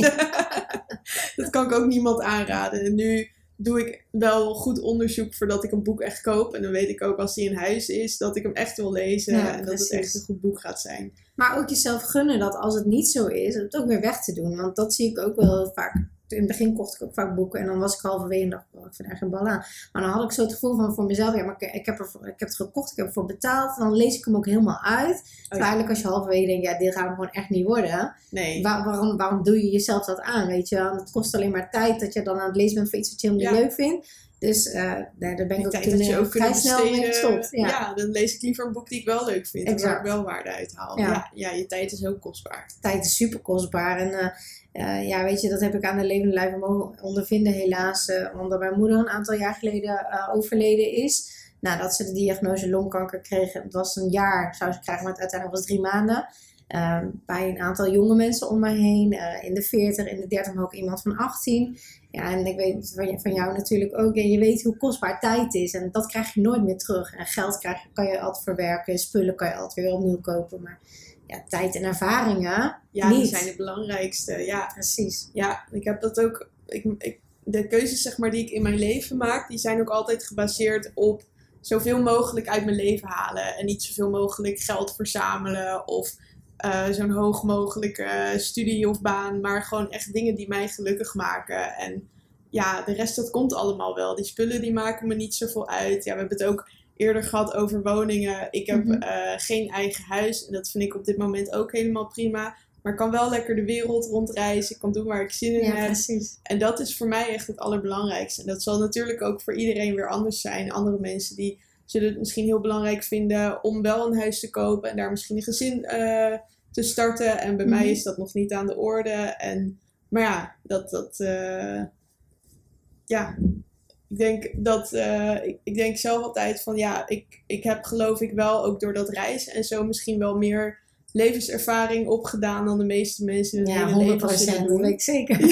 Speaker 1: dat kan ik ook niemand aanraden. En nu doe ik wel goed onderzoek voordat ik een boek echt koop. En dan weet ik ook als die in huis is, dat ik hem echt wil lezen.
Speaker 2: Ja,
Speaker 1: en dat het echt een goed boek gaat zijn.
Speaker 2: Maar ook jezelf gunnen dat als het niet zo is, het ook weer weg te doen. Want dat zie ik ook wel heel vaak. In het begin kocht ik ook vaak boeken en dan was ik halverwege en dacht ik, ik vind er geen bal aan. Maar dan had ik zo het gevoel van voor mezelf, ja, maar ik heb het gekocht, ik heb ervoor betaald. Dan lees ik hem ook helemaal uit. Terwijl eigenlijk als je halverwege denkt, ja, dit gaat hem gewoon echt niet worden.
Speaker 1: Nee.
Speaker 2: Waarom doe je jezelf dat aan, weet je? Het kost alleen maar tijd dat je dan aan het lezen bent voor iets wat je helemaal niet leuk vindt. Dus daar ben ik ook toen vrij snel mee gestopt.
Speaker 1: Ja, dan lees ik liever een boek die ik wel leuk vind. En waar ik wel waarde uit haal. Ja, je tijd is ook kostbaar.
Speaker 2: Tijd is super kostbaar. En ja, weet je, dat heb ik aan de levende lijve mogen ondervinden helaas. Omdat mijn moeder een aantal jaar geleden overleden is. Nadat ze de diagnose longkanker kreeg. Het was een jaar, zou ze krijgen, maar uiteindelijk was het 3 maanden. Bij een aantal jonge mensen om mij heen. In de 40, in de 30, maar ook iemand van 18. Ja, en ik weet van jou natuurlijk ook. En je weet hoe kostbaar tijd is. En dat krijg je nooit meer terug. En geld kan je altijd verwerken. Spullen kan je altijd weer opnieuw kopen. Maar ja, tijd en ervaringen niet.
Speaker 1: Die zijn het belangrijkste. Ja,
Speaker 2: precies.
Speaker 1: Ja, ik heb dat ook. De keuzes zeg maar, die ik in mijn leven maak, die zijn ook altijd gebaseerd op zoveel mogelijk uit mijn leven halen. En niet zoveel mogelijk geld verzamelen of zo'n hoog mogelijke studie of baan. Maar gewoon echt dingen die mij gelukkig maken. En ja, de rest dat komt allemaal wel. Die spullen die maken me niet zoveel uit. Ja, we hebben het ook eerder gehad over woningen. Ik heb geen eigen huis. En dat vind ik op dit moment ook helemaal prima. Maar ik kan wel lekker de wereld rondreizen. Ik kan doen waar ik zin in heb.
Speaker 2: Precies.
Speaker 1: En dat is voor mij echt het allerbelangrijkste. En dat zal natuurlijk ook voor iedereen weer anders zijn. Andere mensen die zullen het misschien heel belangrijk vinden om wel een huis te kopen. En daar misschien een gezin te starten. En bij mij is dat nog niet aan de orde. Maar ja, ja, ik denk zelf altijd van ja, ik heb geloof ik wel ook door dat reizen en zo misschien wel meer levenservaring opgedaan dan de meeste mensen in hun hele leven.
Speaker 2: 100%, dat weet ik zeker.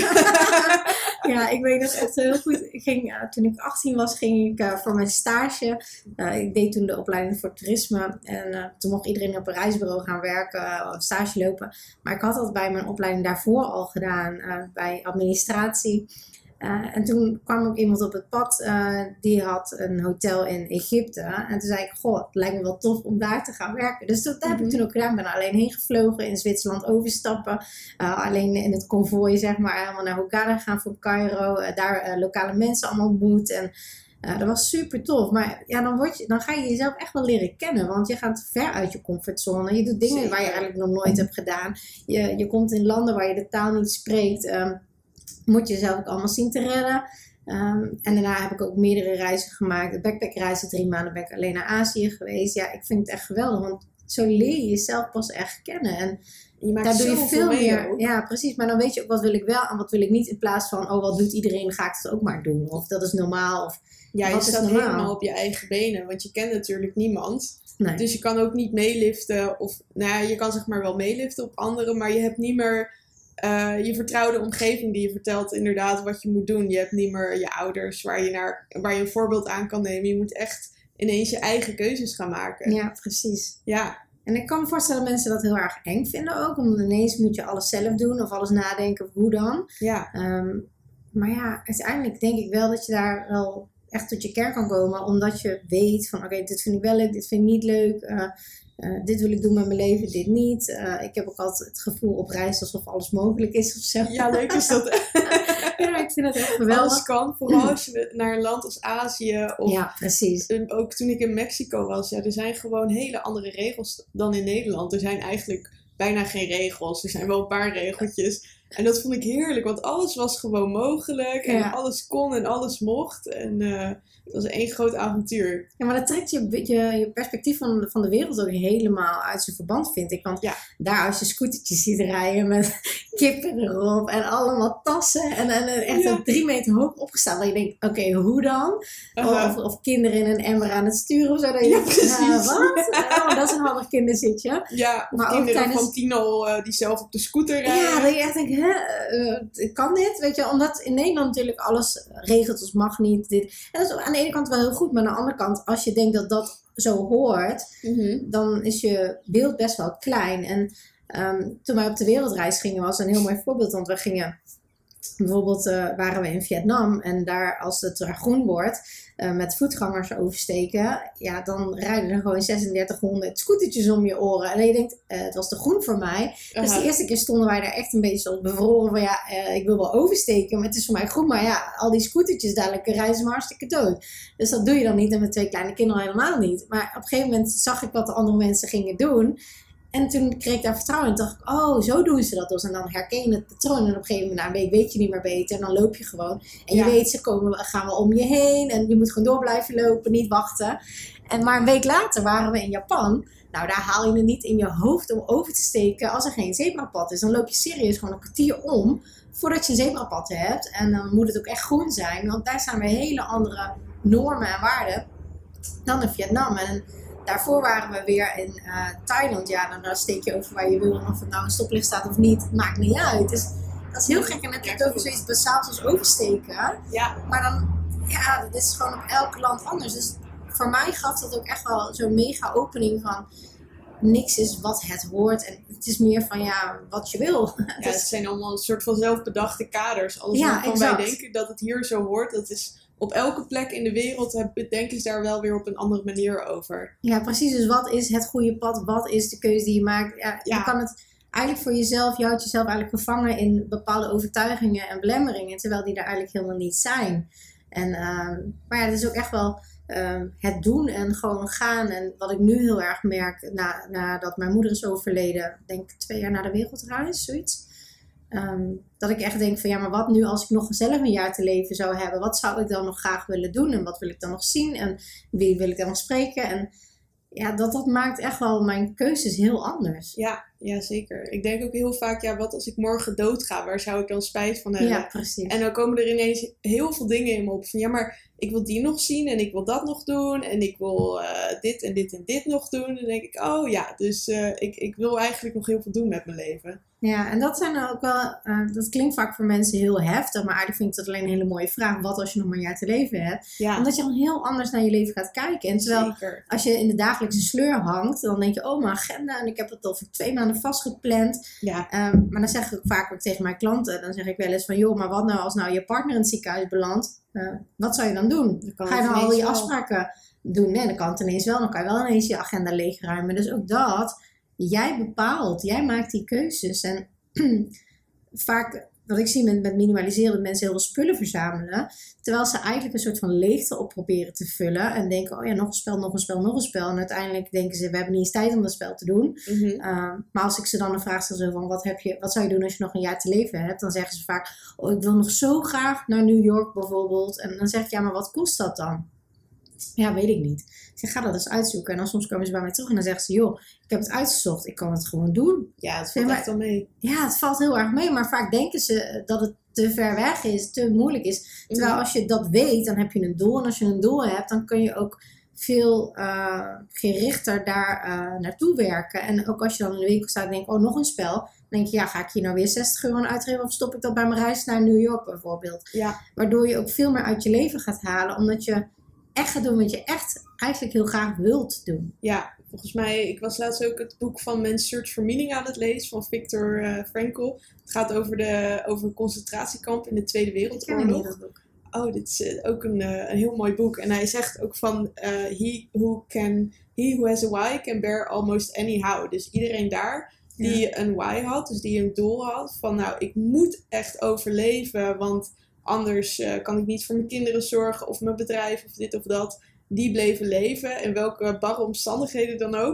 Speaker 2: Ja, ik weet dat echt heel goed. Toen ik 18 was, ging ik voor mijn stage. Ik deed toen de opleiding voor toerisme. En toen mocht iedereen op een reisbureau gaan werken, stage lopen. Maar ik had dat bij mijn opleiding daarvoor al gedaan, bij administratie. En toen kwam ook iemand op het pad, die had een hotel in Egypte. En toen zei ik, goh, het lijkt me wel tof om daar te gaan werken. Dus dat heb ik toen ook gedaan. Ik ben er alleen heen gevlogen, in Zwitserland overstappen. Alleen in het konvooi, zeg maar, helemaal naar Hurghada gegaan voor Cairo. Daar lokale mensen allemaal ontmoet. En dat was super tof. Maar ja, dan ga je jezelf echt wel leren kennen. Want je gaat ver uit je comfortzone. Je doet dingen waar je eigenlijk nog nooit hebt gedaan. Je komt in landen waar je de taal niet spreekt. Moet je jezelf ook allemaal zien te redden. En daarna heb ik ook meerdere reizen gemaakt. De backpackreizen, 3 maanden ben ik alleen naar Azië geweest. Ja, ik vind het echt geweldig. Want zo leer je jezelf pas echt kennen. En daar doe je veel meer. Ja, precies. Maar dan weet je ook wat wil ik wel en wat wil ik niet. In plaats van, wat doet iedereen, dan ga ik het ook maar doen. Of dat is normaal. Of
Speaker 1: ja, je staat helemaal op je eigen benen. Want je kent natuurlijk niemand.
Speaker 2: Nee.
Speaker 1: Dus je kan ook niet meeliften. Of nou ja, je kan zeg maar wel meeliften op anderen. Maar je hebt niet meer je vertrouwde omgeving die je vertelt inderdaad wat je moet doen. Je hebt niet meer je ouders waar je een voorbeeld aan kan nemen. Je moet echt ineens je eigen keuzes gaan maken.
Speaker 2: Ja, precies.
Speaker 1: Ja.
Speaker 2: En ik kan me voorstellen dat mensen dat heel erg eng vinden ook. Omdat ineens moet je alles zelf doen of alles nadenken of hoe dan.
Speaker 1: Ja.
Speaker 2: Maar ja, uiteindelijk denk ik wel dat je daar wel echt tot je kern kan komen. Omdat je weet van oké, dit vind ik wel leuk, dit vind ik niet leuk. Dit wil ik doen met mijn leven, dit niet. Ik heb ook altijd het gevoel op reis alsof alles mogelijk is of zo.
Speaker 1: Ja, leuk is dat.
Speaker 2: Ja, ik vind het echt geweldig.
Speaker 1: Alles kan, vooral als je naar een land als Azië. Of
Speaker 2: ja, precies.
Speaker 1: Ook toen ik in Mexico was. Ja, er zijn gewoon hele andere regels dan in Nederland. Er zijn eigenlijk bijna geen regels. Er zijn wel een paar regeltjes. En dat vond ik heerlijk, want alles was gewoon mogelijk. En alles kon en alles mocht. En het was één groot avontuur.
Speaker 2: Ja, maar dat trekt je perspectief van de wereld ook helemaal uit zijn verband, vind ik. Want daar als je scootertjes ziet rijden met kippen erop en allemaal tassen. En echt 3 meter hoog opgestaan. Dat je denkt, oké, hoe dan? Of kinderen in een emmer aan het sturen of zo. Dat je denkt, wat? Dat is een handig kinderzitje.
Speaker 1: Ja, of maar kinderen van 10 al die zelf op de scooter rijden.
Speaker 2: Ja, dat je echt denkt, kan dit? Weet je, omdat in Nederland natuurlijk alles regelt als mag niet. Dit. En dat is aan de ene kant wel heel goed, maar aan de andere kant, als je denkt dat dat zo hoort, dan is je beeld best wel klein. En toen wij op de wereldreis gingen, was een heel mooi voorbeeld, want we gingen bijvoorbeeld, waren we in Vietnam en daar, als het groen wordt, met voetgangers oversteken, ja, dan rijden er gewoon 3600 scootertjes om je oren. En je denkt, het was te groen voor mij. Dus de eerste keer stonden wij daar echt een beetje zo bevroren van, ik wil wel oversteken, maar het is voor mij groen. Maar ja, al die scootertjes dadelijk rijden ze maar hartstikke dood. Dus dat doe je dan niet en met 2 kleine kinderen helemaal niet. Maar op een gegeven moment zag ik wat de andere mensen gingen doen. En toen kreeg ik daar vertrouwen en dacht ik, oh, zo doen ze dat dus. En dan herken je het patroon en op een gegeven moment, na een week weet je niet meer beter. En dan loop je gewoon. En je weet, ze gaan wel om je heen. En je moet gewoon door blijven lopen, niet wachten. Maar een week later waren we in Japan. Nou, daar haal je het niet in je hoofd om over te steken als er geen zebrapad is. Dan loop je serieus gewoon een kwartier om voordat je een zebrapad hebt. En dan moet het ook echt groen zijn. Want daar staan weer hele andere normen en waarden dan in Vietnam. En daarvoor waren we weer in Thailand. Ja, dan steek je over waar je wil. En of het nou een stoplicht staat of niet, maakt niet uit. Dus dat is heel gek. En het over zoiets basaals als oversteken. Ja. Maar dan, dat is gewoon op elk land anders. Dus voor mij gaf dat ook echt wel zo'n mega opening van niks is wat het hoort. En het is meer van, wat je wil.
Speaker 1: Ja, het zijn allemaal een soort van zelfbedachte kaders. Alles waarvan wij denken dat het hier zo hoort, dat is op elke plek in de wereld denken ze daar wel weer op een andere manier over.
Speaker 2: Ja, precies. Dus wat is het goede pad? Wat is de keuze die je maakt? Je kan het eigenlijk voor jezelf, je houdt jezelf eigenlijk gevangen in bepaalde overtuigingen en belemmeringen, terwijl die er eigenlijk helemaal niet zijn. En, maar het is ook echt wel het doen en gewoon gaan. En wat ik nu heel erg merk, nadat mijn moeder is overleden, denk ik 2 jaar na de wereldreis, zoiets. Dat ik echt denk van, maar wat nu als ik nog zelf een jaar te leven zou hebben? Wat zou ik dan nog graag willen doen? En wat wil ik dan nog zien? En wie wil ik dan nog spreken? En dat maakt echt wel mijn keuzes heel anders.
Speaker 1: Ja, zeker. Ik denk ook heel vaak, wat als ik morgen doodga? Waar zou ik dan spijt van hebben?
Speaker 2: Ja, precies.
Speaker 1: En dan komen er ineens heel veel dingen in me op. Van maar ik wil die nog zien en ik wil dat nog doen. En ik wil dit en dit en dit nog doen. En dan denk ik, dus ik wil eigenlijk nog heel veel doen met mijn leven.
Speaker 2: Ja, en dat zijn ook wel, dat klinkt vaak voor mensen heel heftig, maar eigenlijk vind ik dat alleen een hele mooie vraag. Wat als je nog maar een jaar te leven hebt? Ja. Omdat je dan heel anders naar je leven gaat kijken. En terwijl als je in de dagelijkse sleur hangt, dan denk je, oh, mijn agenda, en ik heb het al voor 2 maanden vastgepland. Ja. Maar dan zeg ik ook vaak ook tegen mijn klanten, dan zeg ik wel eens van, joh, maar wat nou als nou je partner in het ziekenhuis belandt? Wat zou je dan doen? Ga je dan al je afspraken doen? Nee, dan kan het ineens wel. Dan kan je wel ineens je agenda leegruimen. Dus ook dat, jij bepaalt. Jij maakt die keuzes. En vaak, wat ik zie met minimaliseren, dat mensen heel veel spullen verzamelen. Terwijl ze eigenlijk een soort van leegte op proberen te vullen. En denken, oh ja, nog een spel, nog een spel, nog een spel. En uiteindelijk denken ze, we hebben niet eens tijd om dat spel te doen. Maar als ik ze dan een vraag stel zo van, wat zou je doen als je nog een jaar te leven hebt? Dan zeggen ze vaak, oh, ik wil nog zo graag naar New York bijvoorbeeld. En dan zeg ik, maar wat kost dat dan? Ja, weet ik niet. Ik zeg, ga dat eens uitzoeken. En dan soms komen ze bij mij terug en dan zeggen ze, joh, ik heb het uitgezocht. Ik kan het gewoon doen.
Speaker 1: Ja, het valt echt wel mee.
Speaker 2: Ja, het valt heel erg mee. Maar vaak denken ze dat het te ver weg is, te moeilijk is. Terwijl als je dat weet, dan heb je een doel. En als je een doel hebt, dan kun je ook veel gerichter daar naartoe werken. En ook als je dan in de winkel staat en denkt, oh, nog een spel. Dan denk je, ga ik hier nou weer 60 euro aan uitgeven? Of stop ik dat bij mijn reis naar New York bijvoorbeeld? Ja. Waardoor je ook veel meer uit je leven gaat halen. Omdat je echt gaat doen wat je echt eigenlijk heel graag wilt doen.
Speaker 1: Ja, volgens mij, ik was laatst ook het boek van Man's Search for Meaning aan het lezen van Viktor Frankl. Het gaat over een concentratiekamp in de Tweede Wereldoorlog.
Speaker 2: Ik ken dat boek.
Speaker 1: Oh, dit is ook een heel mooi boek. En hij zegt ook van, he who has a why can bear almost any how. Dus iedereen daar die een why had, dus die een doel had van, ik moet echt overleven, want anders kan ik niet voor mijn kinderen zorgen of mijn bedrijf of dit of dat. Die bleven leven in welke barre omstandigheden dan ook.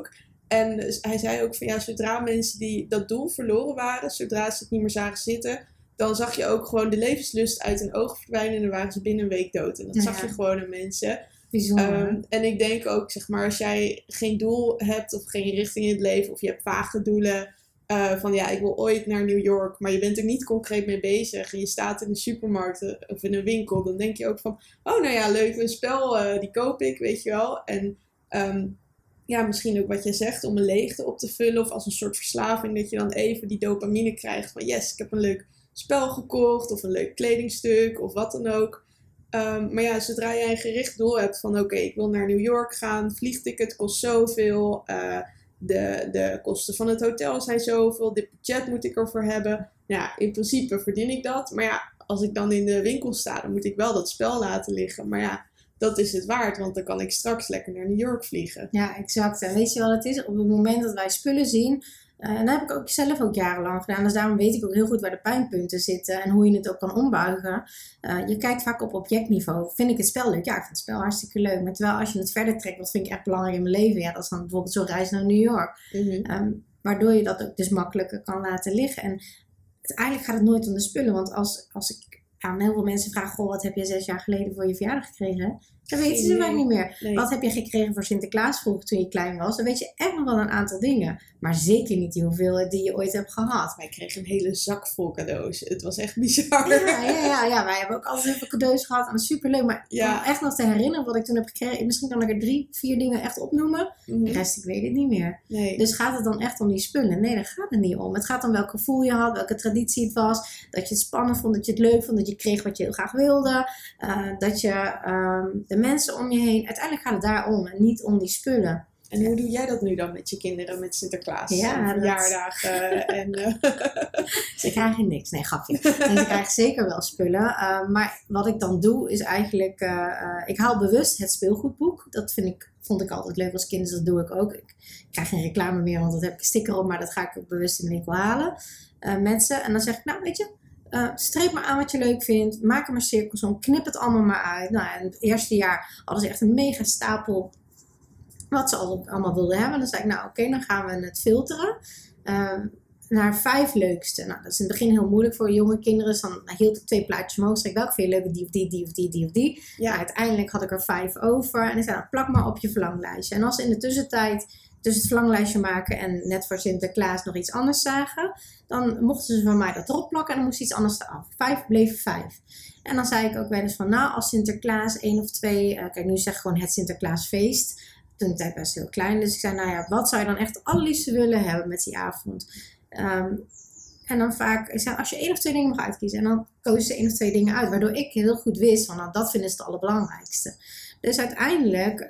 Speaker 1: En hij zei ook van zodra mensen die dat doel verloren waren, zodra ze het niet meer zagen zitten, dan zag je ook gewoon de levenslust uit hun ogen verdwijnen en dan waren ze binnen een week dood. En dat zag je gewoon aan mensen.
Speaker 2: Bijzonder.
Speaker 1: En ik denk ook, zeg maar, als jij geen doel hebt of geen richting in het leven, of je hebt vage doelen van ik wil ooit naar New York, maar je bent er niet concreet mee bezig en je staat in de supermarkt of in een winkel, dan denk je ook van, leuk, een spel, die koop ik, weet je wel. En misschien ook wat jij zegt, om een leegte op te vullen of als een soort verslaving, dat je dan even die dopamine krijgt van yes, ik heb een leuk spel gekocht of een leuk kledingstuk of wat dan ook. Maar zodra jij een gericht doel hebt van oké, ik wil naar New York gaan, vliegticket kost zoveel, de kosten van het hotel zijn zoveel, dit budget moet ik ervoor hebben. In principe verdien ik dat, maar als ik dan in de winkel sta, dan moet ik wel dat spel laten liggen. Maar dat is het waard, want dan kan ik straks lekker naar New York vliegen.
Speaker 2: Ja, exact. En weet je wat het is? Op het moment dat wij spullen zien, en dat heb ik ook zelf ook jarenlang gedaan. Dus daarom weet ik ook heel goed waar de pijnpunten zitten en hoe je het ook kan ombuigen. Je kijkt vaak op objectniveau. Vind ik het spel leuk? Ja, ik vind het spel hartstikke leuk. Maar terwijl als je het verder trekt, wat vind ik echt belangrijk in mijn leven? Ja, dat is dan bijvoorbeeld zo'n reis naar New York.
Speaker 1: Mm-hmm.
Speaker 2: Waardoor je dat ook dus makkelijker kan laten liggen. En uiteindelijk gaat het nooit om de spullen. Want als ik aan heel veel mensen vraag, goh, wat heb je 6 jaar geleden voor je verjaardag gekregen? Dan weten ze vaak niet meer. Nee. Wat heb je gekregen voor Sinterklaas vroeger toen je klein was? Dan weet je echt nog wel een aantal dingen. Maar zeker niet die hoeveelheid die je ooit hebt gehad.
Speaker 1: Wij kregen een hele zak vol cadeaus. Het was echt bizar.
Speaker 2: Ja. Wij hebben ook altijd heel veel cadeaus gehad. En dat is superleuk. Maar om echt nog te herinneren wat ik toen heb gekregen. Misschien kan ik er 3, 4 dingen echt opnoemen. Mm-hmm. De rest, ik weet het niet meer. Nee. Dus gaat het dan echt om die spullen? Nee, daar gaat het niet om. Het gaat om welk gevoel je had. Welke traditie het was. Dat je het spannend vond. Dat je het leuk vond. Dat je kreeg wat je heel graag wilde. Dat je de mensen om je heen. Uiteindelijk gaat het daarom. En niet om die spullen.
Speaker 1: En hoe doe jij dat nu dan met je kinderen, met Sinterklaas? En verjaardagen en...
Speaker 2: Ze krijgen niks. Nee, grapje. En ze krijgen zeker wel spullen. Maar wat ik dan doe is eigenlijk... ik haal bewust het speelgoedboek. Dat vond ik altijd leuk als kind, dus dat doe ik ook. Ik krijg geen reclame meer, want dat heb ik een sticker op. Maar dat ga ik ook bewust in de winkel halen met ze. En dan zeg ik, nou weet je... streep maar aan wat je leuk vindt. Maak er maar cirkels om. Knip het allemaal maar uit. Nou, in het eerste jaar hadden ze echt een mega stapel... wat ze allemaal wilden hebben. Dan zei ik, nou oké, dan gaan we het filteren. Naar 5 leukste. Nou, dat is in het begin heel moeilijk voor jonge kinderen. Dus dan hield ik 2 plaatjes omhoog. Zei ik, welke vind je leuk? Die of die, die of die, die of die. Ja. Nou, uiteindelijk had ik er 5 over. En ik zei, nou, plak maar op je verlanglijstje. En als ze in de tussentijd tussen het verlanglijstje maken en net voor Sinterklaas nog iets anders zagen, dan mochten ze van mij dat erop plakken en dan moest iets anders eraf. 5 bleef 5. En dan zei ik ook wel eens van, nou, als Sinterklaas 1 of 2... kijk, nu zeg ik gewoon het Sinterklaasfeest. Toen was ik best heel klein. Dus ik zei, nou ja, wat zou je dan echt het allerliefste willen hebben met die avond? En dan vaak, ik zei, als je 1 of 2 dingen mag uitkiezen. En dan kozen ze 1 of 2 dingen uit. Waardoor ik heel goed wist van, nou, dat vinden ze het allerbelangrijkste. Dus uiteindelijk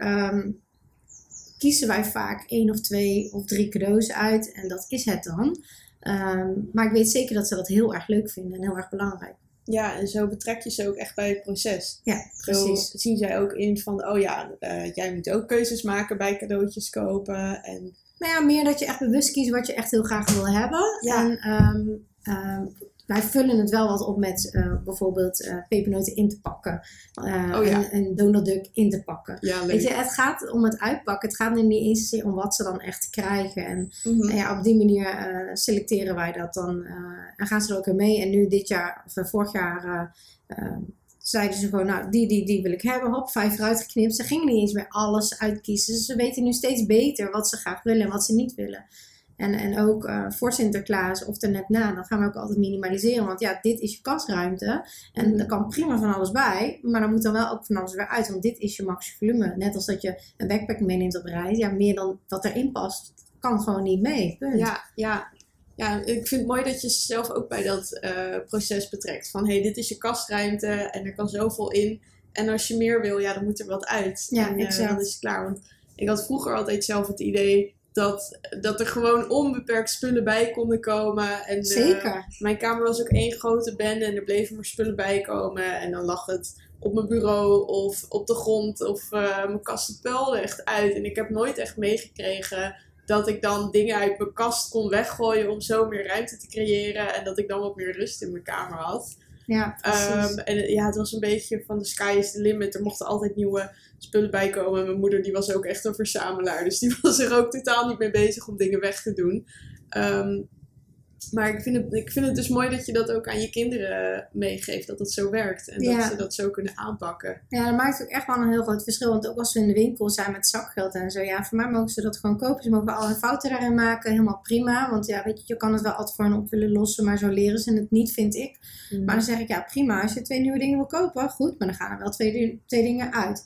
Speaker 2: kiezen wij vaak 1 of 2 of 3 cadeaus uit. En dat is het dan. Maar ik weet zeker dat ze dat heel erg leuk vinden en heel erg belangrijk.
Speaker 1: Ja, en zo betrek je ze ook echt bij het proces.
Speaker 2: Ja, precies.
Speaker 1: Zo zien zij ook in van, jij moet ook keuzes maken bij cadeautjes kopen. En...
Speaker 2: Nou ja, meer dat je echt bewust kiest wat je echt heel graag wil hebben. Ja. En wij vullen het wel wat op met bijvoorbeeld pepernoten in te pakken. En Donald Duck in te pakken. Ja, weet je, het gaat om het uitpakken. Het gaat er niet eens om wat ze dan echt krijgen. En op die manier selecteren wij dat dan. En gaan ze er ook in mee. En nu dit jaar, of vorig jaar... zeiden ze gewoon, nou, die wil ik hebben. Hop, 5 eruit geknipt. Ze gingen niet eens meer alles uitkiezen. Dus ze weten nu steeds beter wat ze graag willen en wat ze niet willen. En ook voor Sinterklaas of er net na, dan gaan we ook altijd minimaliseren. Want ja, dit is je kastruimte. En er kan prima van alles bij. Maar dan moet dan wel ook van alles weer uit. Want dit is je maximum volume. Net als dat je een backpack meeneemt op reis. Ja, meer dan wat erin past, kan gewoon niet mee. Punt.
Speaker 1: Ja, ik vind het mooi dat je zelf ook bij dat proces betrekt. Van, dit is je kastruimte en er kan zoveel in. En als je meer wil, dan moet er wat uit.
Speaker 2: Ja,
Speaker 1: en
Speaker 2: exact.
Speaker 1: Dan is het klaar. Want ik had vroeger altijd zelf het idee dat er gewoon onbeperkt spullen bij konden komen. En,
Speaker 2: Zeker.
Speaker 1: Mijn kamer was ook 1 grote bende en er bleven maar spullen bij komen. En dan lag het op mijn bureau of op de grond of mijn kast puilde echt uit. En ik heb nooit echt meegekregen dat ik dan dingen uit mijn kast kon weggooien om zo meer ruimte te creëren. En dat ik dan wat meer rust in mijn kamer had.
Speaker 2: Ja, precies.
Speaker 1: En ja, het was een beetje van de sky is the limit. Er mochten altijd nieuwe spullen bij komen. En mijn moeder die was ook echt een verzamelaar. Dus die was er ook totaal niet mee bezig om dingen weg te doen. Maar ik vind het dus mooi dat je dat ook aan je kinderen meegeeft. Dat het zo werkt. En dat ze dat zo kunnen aanpakken.
Speaker 2: Ja, dat maakt ook echt wel een heel groot verschil. Want ook als ze in de winkel zijn met zakgeld en zo. Ja, voor mij mogen ze dat gewoon kopen. Ze mogen alle fouten daarin maken. Helemaal prima. Want ja, weet je, je kan het wel altijd voor hen op willen lossen. Maar zo leren ze het niet, vind ik. Maar dan zeg ik, ja prima. Als je 2 nieuwe dingen wil kopen, goed. Maar dan gaan er wel twee dingen uit.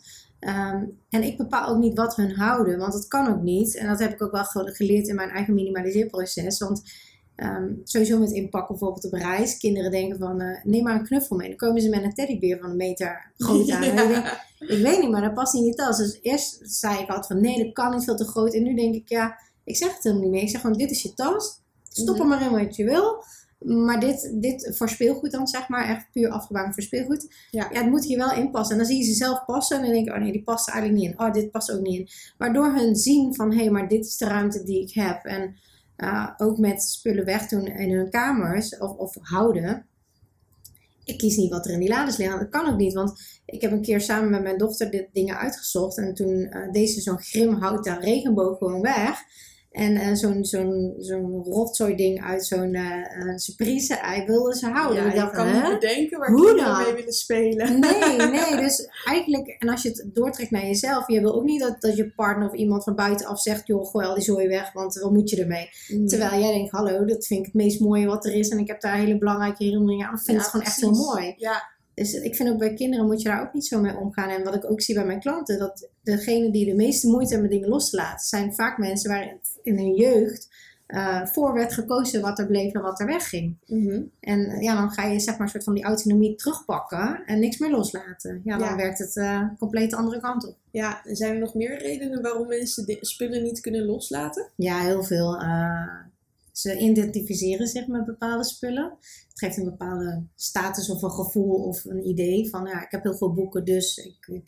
Speaker 2: En ik bepaal ook niet wat hun houden. Want dat kan ook niet. En dat heb ik ook wel geleerd in mijn eigen minimaliseerproces. Want sowieso met inpakken bijvoorbeeld op reis. Kinderen denken van, neem maar een knuffel mee. Dan komen ze met een teddybeer van 1 meter groot aan. En ik weet niet, maar dat past niet in je tas. Dus eerst zei ik altijd van, nee, dat kan niet, veel te groot. En nu denk ik, ja, ik zeg het helemaal niet meer. Ik zeg gewoon, dit is je tas. Stop er maar in wat je wil. Maar dit voor speelgoed dan, zeg maar. Echt puur afgebouwd voor speelgoed. Ja, het moet hier wel in passen. En dan zie je ze zelf passen. En dan denk ik, oh nee, die past er eigenlijk niet in. Oh, dit past ook niet in. Waardoor hun zien van, hé, maar dit is de ruimte die ik heb. En ook met spullen wegdoen in hun kamers of houden. Ik kies niet wat er in die lades liggen. Dat kan ook niet, want ik heb een keer samen met mijn dochter dit dingen uitgezocht. En toen deed ze zo'n grimhouten regenboog gewoon weg. En zo'n rotzooi ding uit zo'n surprise-ei wilde ze houden.
Speaker 1: Ja,
Speaker 2: ik dacht,
Speaker 1: kan niet bedenken waar
Speaker 2: Hoe
Speaker 1: kinderen
Speaker 2: dan?
Speaker 1: mee willen spelen.
Speaker 2: Nee, dus eigenlijk, en als je het doortrekt naar jezelf, je wil ook niet dat je partner of iemand van buitenaf zegt, joh, gooi al die zooi weg, want wat moet je ermee? Terwijl jij denkt, hallo, dat vind ik het meest mooie wat er is en ik heb daar hele belangrijke herinneringen aan. Ik vind het gewoon echt heel mooi.
Speaker 1: Ja.
Speaker 2: Dus ik vind ook bij kinderen moet je daar ook niet zo mee omgaan. En wat ik ook zie bij mijn klanten, dat degene die de meeste moeite hebben met dingen los te laten, zijn vaak mensen waar in hun jeugd voor werd gekozen wat er bleef en wat er wegging. En ja, dan ga je zeg maar een soort van die autonomie terugpakken en niks meer loslaten. Ja, dan werkt het compleet de andere kant op.
Speaker 1: Ja, en zijn er nog meer redenen waarom mensen spullen niet kunnen loslaten?
Speaker 2: Ja, heel veel. Ze identificeren zich met bepaalde spullen. Het geeft een bepaalde status of een gevoel of een idee van, ja, ik heb heel veel boeken, dus ik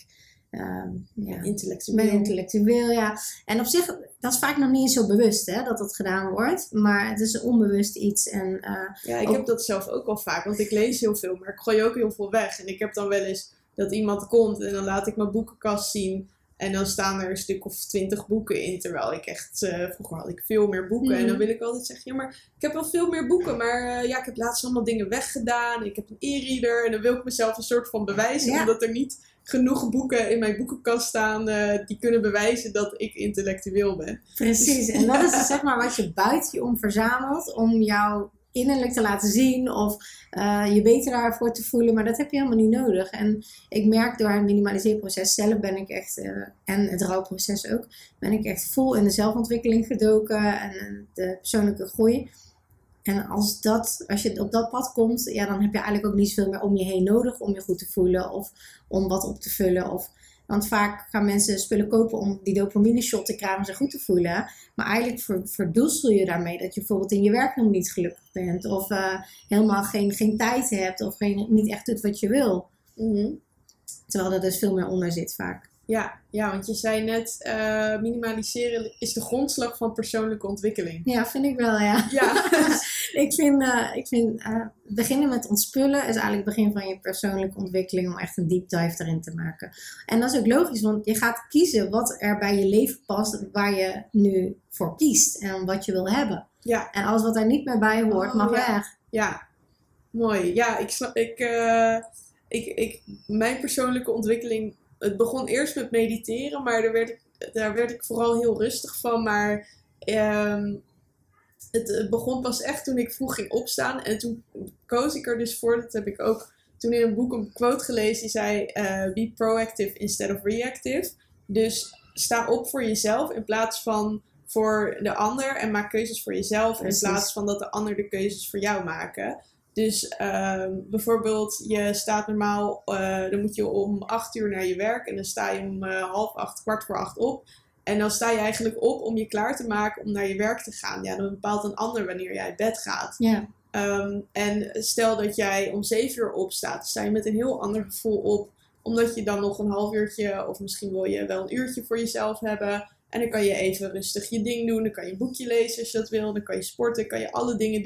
Speaker 1: intellectueel.
Speaker 2: Ben intellectueel, ja. En op zich, dat is vaak nog niet eens zo bewust, hè, dat dat gedaan wordt. Maar het is een onbewust iets. En,
Speaker 1: ik heb dat zelf ook wel vaak, want ik lees heel veel, maar ik gooi ook heel veel weg. En ik heb dan wel eens dat iemand komt en dan laat ik mijn boekenkast zien. En dan staan er een stuk of 20 boeken in. Terwijl ik echt, vroeger had ik veel meer boeken. En dan wil ik altijd zeggen, ja, maar ik heb wel veel meer boeken. Maar ik heb laatst allemaal dingen weggedaan. Ik heb een e-reader. En dan wil ik mezelf een soort van bewijzen. Omdat er niet genoeg boeken in mijn boekenkast staan die kunnen bewijzen dat ik intellectueel ben.
Speaker 2: Precies. En dat is dus zeg maar wat je buiten je om verzamelt. Om jou innerlijk te laten zien of je beter daarvoor te voelen, maar dat heb je helemaal niet nodig. En ik merk door het minimaliseerproces zelf ben ik echt, en het rouwproces ook, ben ik echt vol in de zelfontwikkeling gedoken en de persoonlijke groei. En als je op dat pad komt, ja, dan heb je eigenlijk ook niet zoveel meer om je heen nodig om je goed te voelen of om wat op te vullen. Want vaak gaan mensen spullen kopen om die dopamine shot te krijgen om zich goed te voelen. Maar eigenlijk verdoezel je daarmee dat je bijvoorbeeld in je werk helemaal niet gelukkig bent. Of helemaal geen tijd hebt of niet echt doet wat je wil. Terwijl er dus veel meer onder zit vaak.
Speaker 1: Ja, want je zei net, minimaliseren is de grondslag van persoonlijke ontwikkeling.
Speaker 2: Ja, vind ik wel, ja. ik vind beginnen met ontspullen is eigenlijk het begin van je persoonlijke ontwikkeling om echt een deep dive erin te maken. En dat is ook logisch, want je gaat kiezen wat er bij je leven past, waar je nu voor kiest en wat je wil hebben. Ja. En alles wat daar niet meer bij hoort, mag weg.
Speaker 1: Ja, mooi. Ja, mijn persoonlijke ontwikkeling, het begon eerst met mediteren, maar daar werd ik vooral heel rustig van. Maar het begon pas echt toen ik vroeg ging opstaan. En toen koos ik er dus voor, dat heb ik ook toen in een boek een quote gelezen, die zei, be proactive instead of reactive. Dus sta op voor jezelf in plaats van voor de ander en maak keuzes voor jezelf. Precies. In plaats van dat de ander de keuzes voor jou maken. Dus bijvoorbeeld, je staat normaal, dan moet je om 8 uur naar je werk en dan sta je om 7:30, 7:15 op. En dan sta je eigenlijk op om je klaar te maken om naar je werk te gaan. Ja, dan bepaalt een ander wanneer jij uit bed gaat.
Speaker 2: Ja.
Speaker 1: En stel dat jij om 7 uur opstaat, dan sta je met een heel ander gevoel op. Omdat je dan nog een half uurtje of misschien wil je wel een uurtje voor jezelf hebben. En dan kan je even rustig je ding doen. Dan kan je een boekje lezen als je dat wil. Dan kan je sporten. Dan kan je alle dingen doen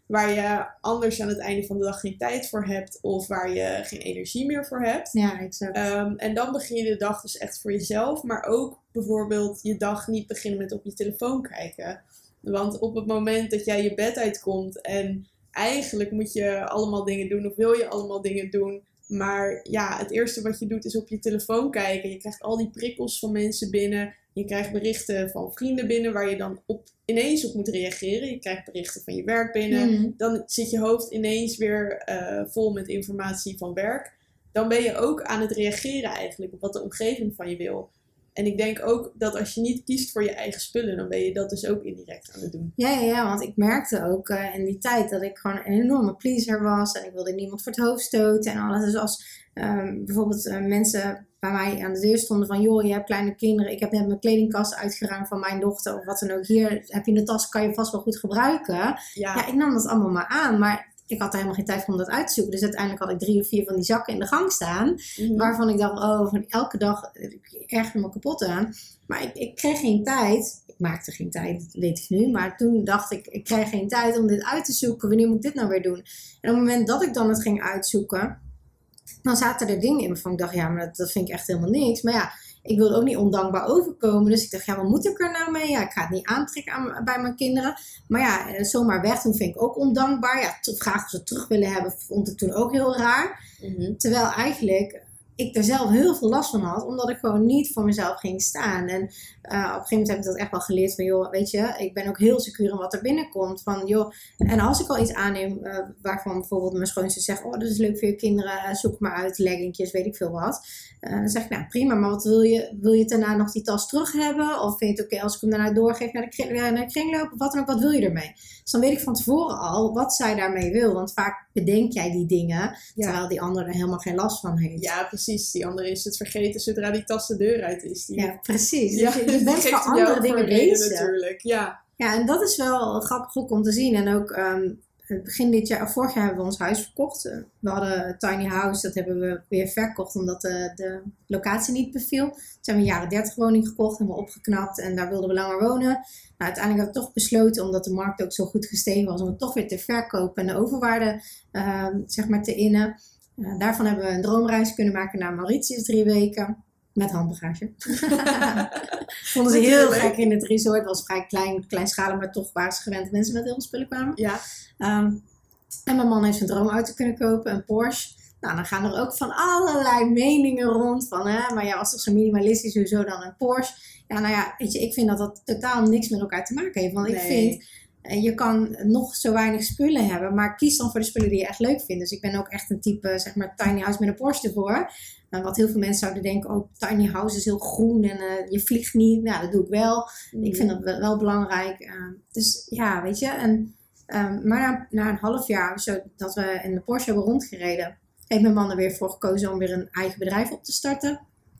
Speaker 1: waar je anders aan het einde van de dag geen tijd voor hebt of waar je geen energie meer voor hebt.
Speaker 2: Ja, exact.
Speaker 1: En dan begin je de dag dus echt voor jezelf, maar ook bijvoorbeeld je dag niet beginnen met op je telefoon kijken. Want op het moment dat jij je bed uitkomt en eigenlijk moet je allemaal dingen doen of wil je allemaal dingen doen, maar ja, het eerste wat je doet is op je telefoon kijken. Je krijgt al die prikkels van mensen binnen. Je krijgt berichten van vrienden binnen waar je dan ineens op moet reageren. Je krijgt berichten van je werk binnen. Dan zit je hoofd ineens weer vol met informatie van werk. Dan ben je ook aan het reageren eigenlijk op wat de omgeving van je wil. En ik denk ook dat als je niet kiest voor je eigen spullen, dan ben je dat dus ook indirect aan het doen.
Speaker 2: Ja, want ik merkte ook in die tijd dat ik gewoon een enorme pleaser was. En ik wilde niemand voor het hoofd stoten en alles. Dus als bijvoorbeeld mensen bij mij aan de deur stonden van, joh, je hebt kleine kinderen. Ik heb net mijn kledingkast uitgeruimd van mijn dochter of wat dan ook. Hier heb je een tas, kan je vast wel goed gebruiken. Ja, ik nam dat allemaal maar aan, maar ik had er helemaal geen tijd voor om dat uit te zoeken. Dus uiteindelijk had ik 3 of 4 van die zakken in de gang staan. Waarvan ik dacht, van elke dag ergerde me kapot aan. Maar ik kreeg geen tijd. Ik maakte geen tijd, dat weet ik nu. Maar toen dacht ik krijg geen tijd om dit uit te zoeken. Wanneer moet ik dit nou weer doen? En op het moment dat ik dan het ging uitzoeken, dan zaten er dingen in waarvan ik dacht, ja, maar dat vind ik echt helemaal niks. Maar ja, ik wilde ook niet ondankbaar overkomen. Dus ik dacht, ja, wat moet ik er nou mee? Ja, ik ga het niet aantrekken bij mijn kinderen. Maar ja, zomaar weg doen vind ik ook ondankbaar. Ja, vragen of ze het terug willen hebben, vond ik toen ook heel raar. Terwijl eigenlijk ik er zelf heel veel last van had, omdat ik gewoon niet voor mezelf ging staan. En op een gegeven moment heb ik dat echt wel geleerd van, joh, weet je, ik ben ook heel secuur in wat er binnenkomt. Van, joh, en als ik al iets aanneem waarvan bijvoorbeeld mijn schoonzus zegt, oh, dat is leuk voor je kinderen, zoek maar uit, leggingjes, weet ik veel wat. Dan zeg ik, nou prima, maar wat wil je daarna nog die tas terug hebben? Of vind je het oké als ik hem daarna doorgeef naar de kringloop? Of wat dan ook, wat wil je ermee? Dus dan weet ik van tevoren al wat zij daarmee wil. Want vaak bedenk jij die dingen, terwijl die ander er helemaal geen last van heeft.
Speaker 1: Ja, precies. Die andere is het vergeten zodra die tas de deur uit is.
Speaker 2: Ja, precies. Ja, dus je bent voor andere dingen bezig.
Speaker 1: Natuurlijk, ja.
Speaker 2: Ja, en dat is wel grappig ook om te zien. En ook begin dit jaar, vorig jaar hebben we ons huis verkocht. We hadden een tiny house, dat hebben we weer verkocht omdat de locatie niet beviel. Toen hebben we een jaren 30 woning gekocht, hebben we opgeknapt en daar wilden we langer wonen. Nou, uiteindelijk hebben we toch besloten, omdat de markt ook zo goed gestegen was, om het toch weer te verkopen en de overwaarde zeg maar te innen. Daarvan hebben we een droomreis kunnen maken naar Mauritius 3 weken. Met handbagage. Vonden ze heel gek in het resort. Het was vrij kleinschalig, maar toch waren ze gewend mensen met heel veel spullen kwamen.
Speaker 1: Ja.
Speaker 2: En mijn man heeft zijn droomauto kunnen kopen, een Porsche. Nou, dan gaan er ook van allerlei meningen rond. Van, maar jij was toch zo minimalistisch, hoezo dan een Porsche? Ja, nou ja, weet je, ik vind dat dat totaal niks met elkaar te maken heeft. Want ik vind, je kan nog zo weinig spullen hebben, maar kies dan voor de spullen die je echt leuk vindt. Dus ik ben ook echt een type, zeg maar, tiny house met een Porsche ervoor. Wat heel veel mensen zouden denken, oh, tiny house is heel groen en je vliegt niet. Nou, dat doe ik wel. Ik vind dat wel belangrijk. Dus ja, weet je. En, maar na een half jaar zo dat we in de Porsche hebben rondgereden, heeft mijn man er weer voor gekozen om weer een eigen bedrijf op te starten.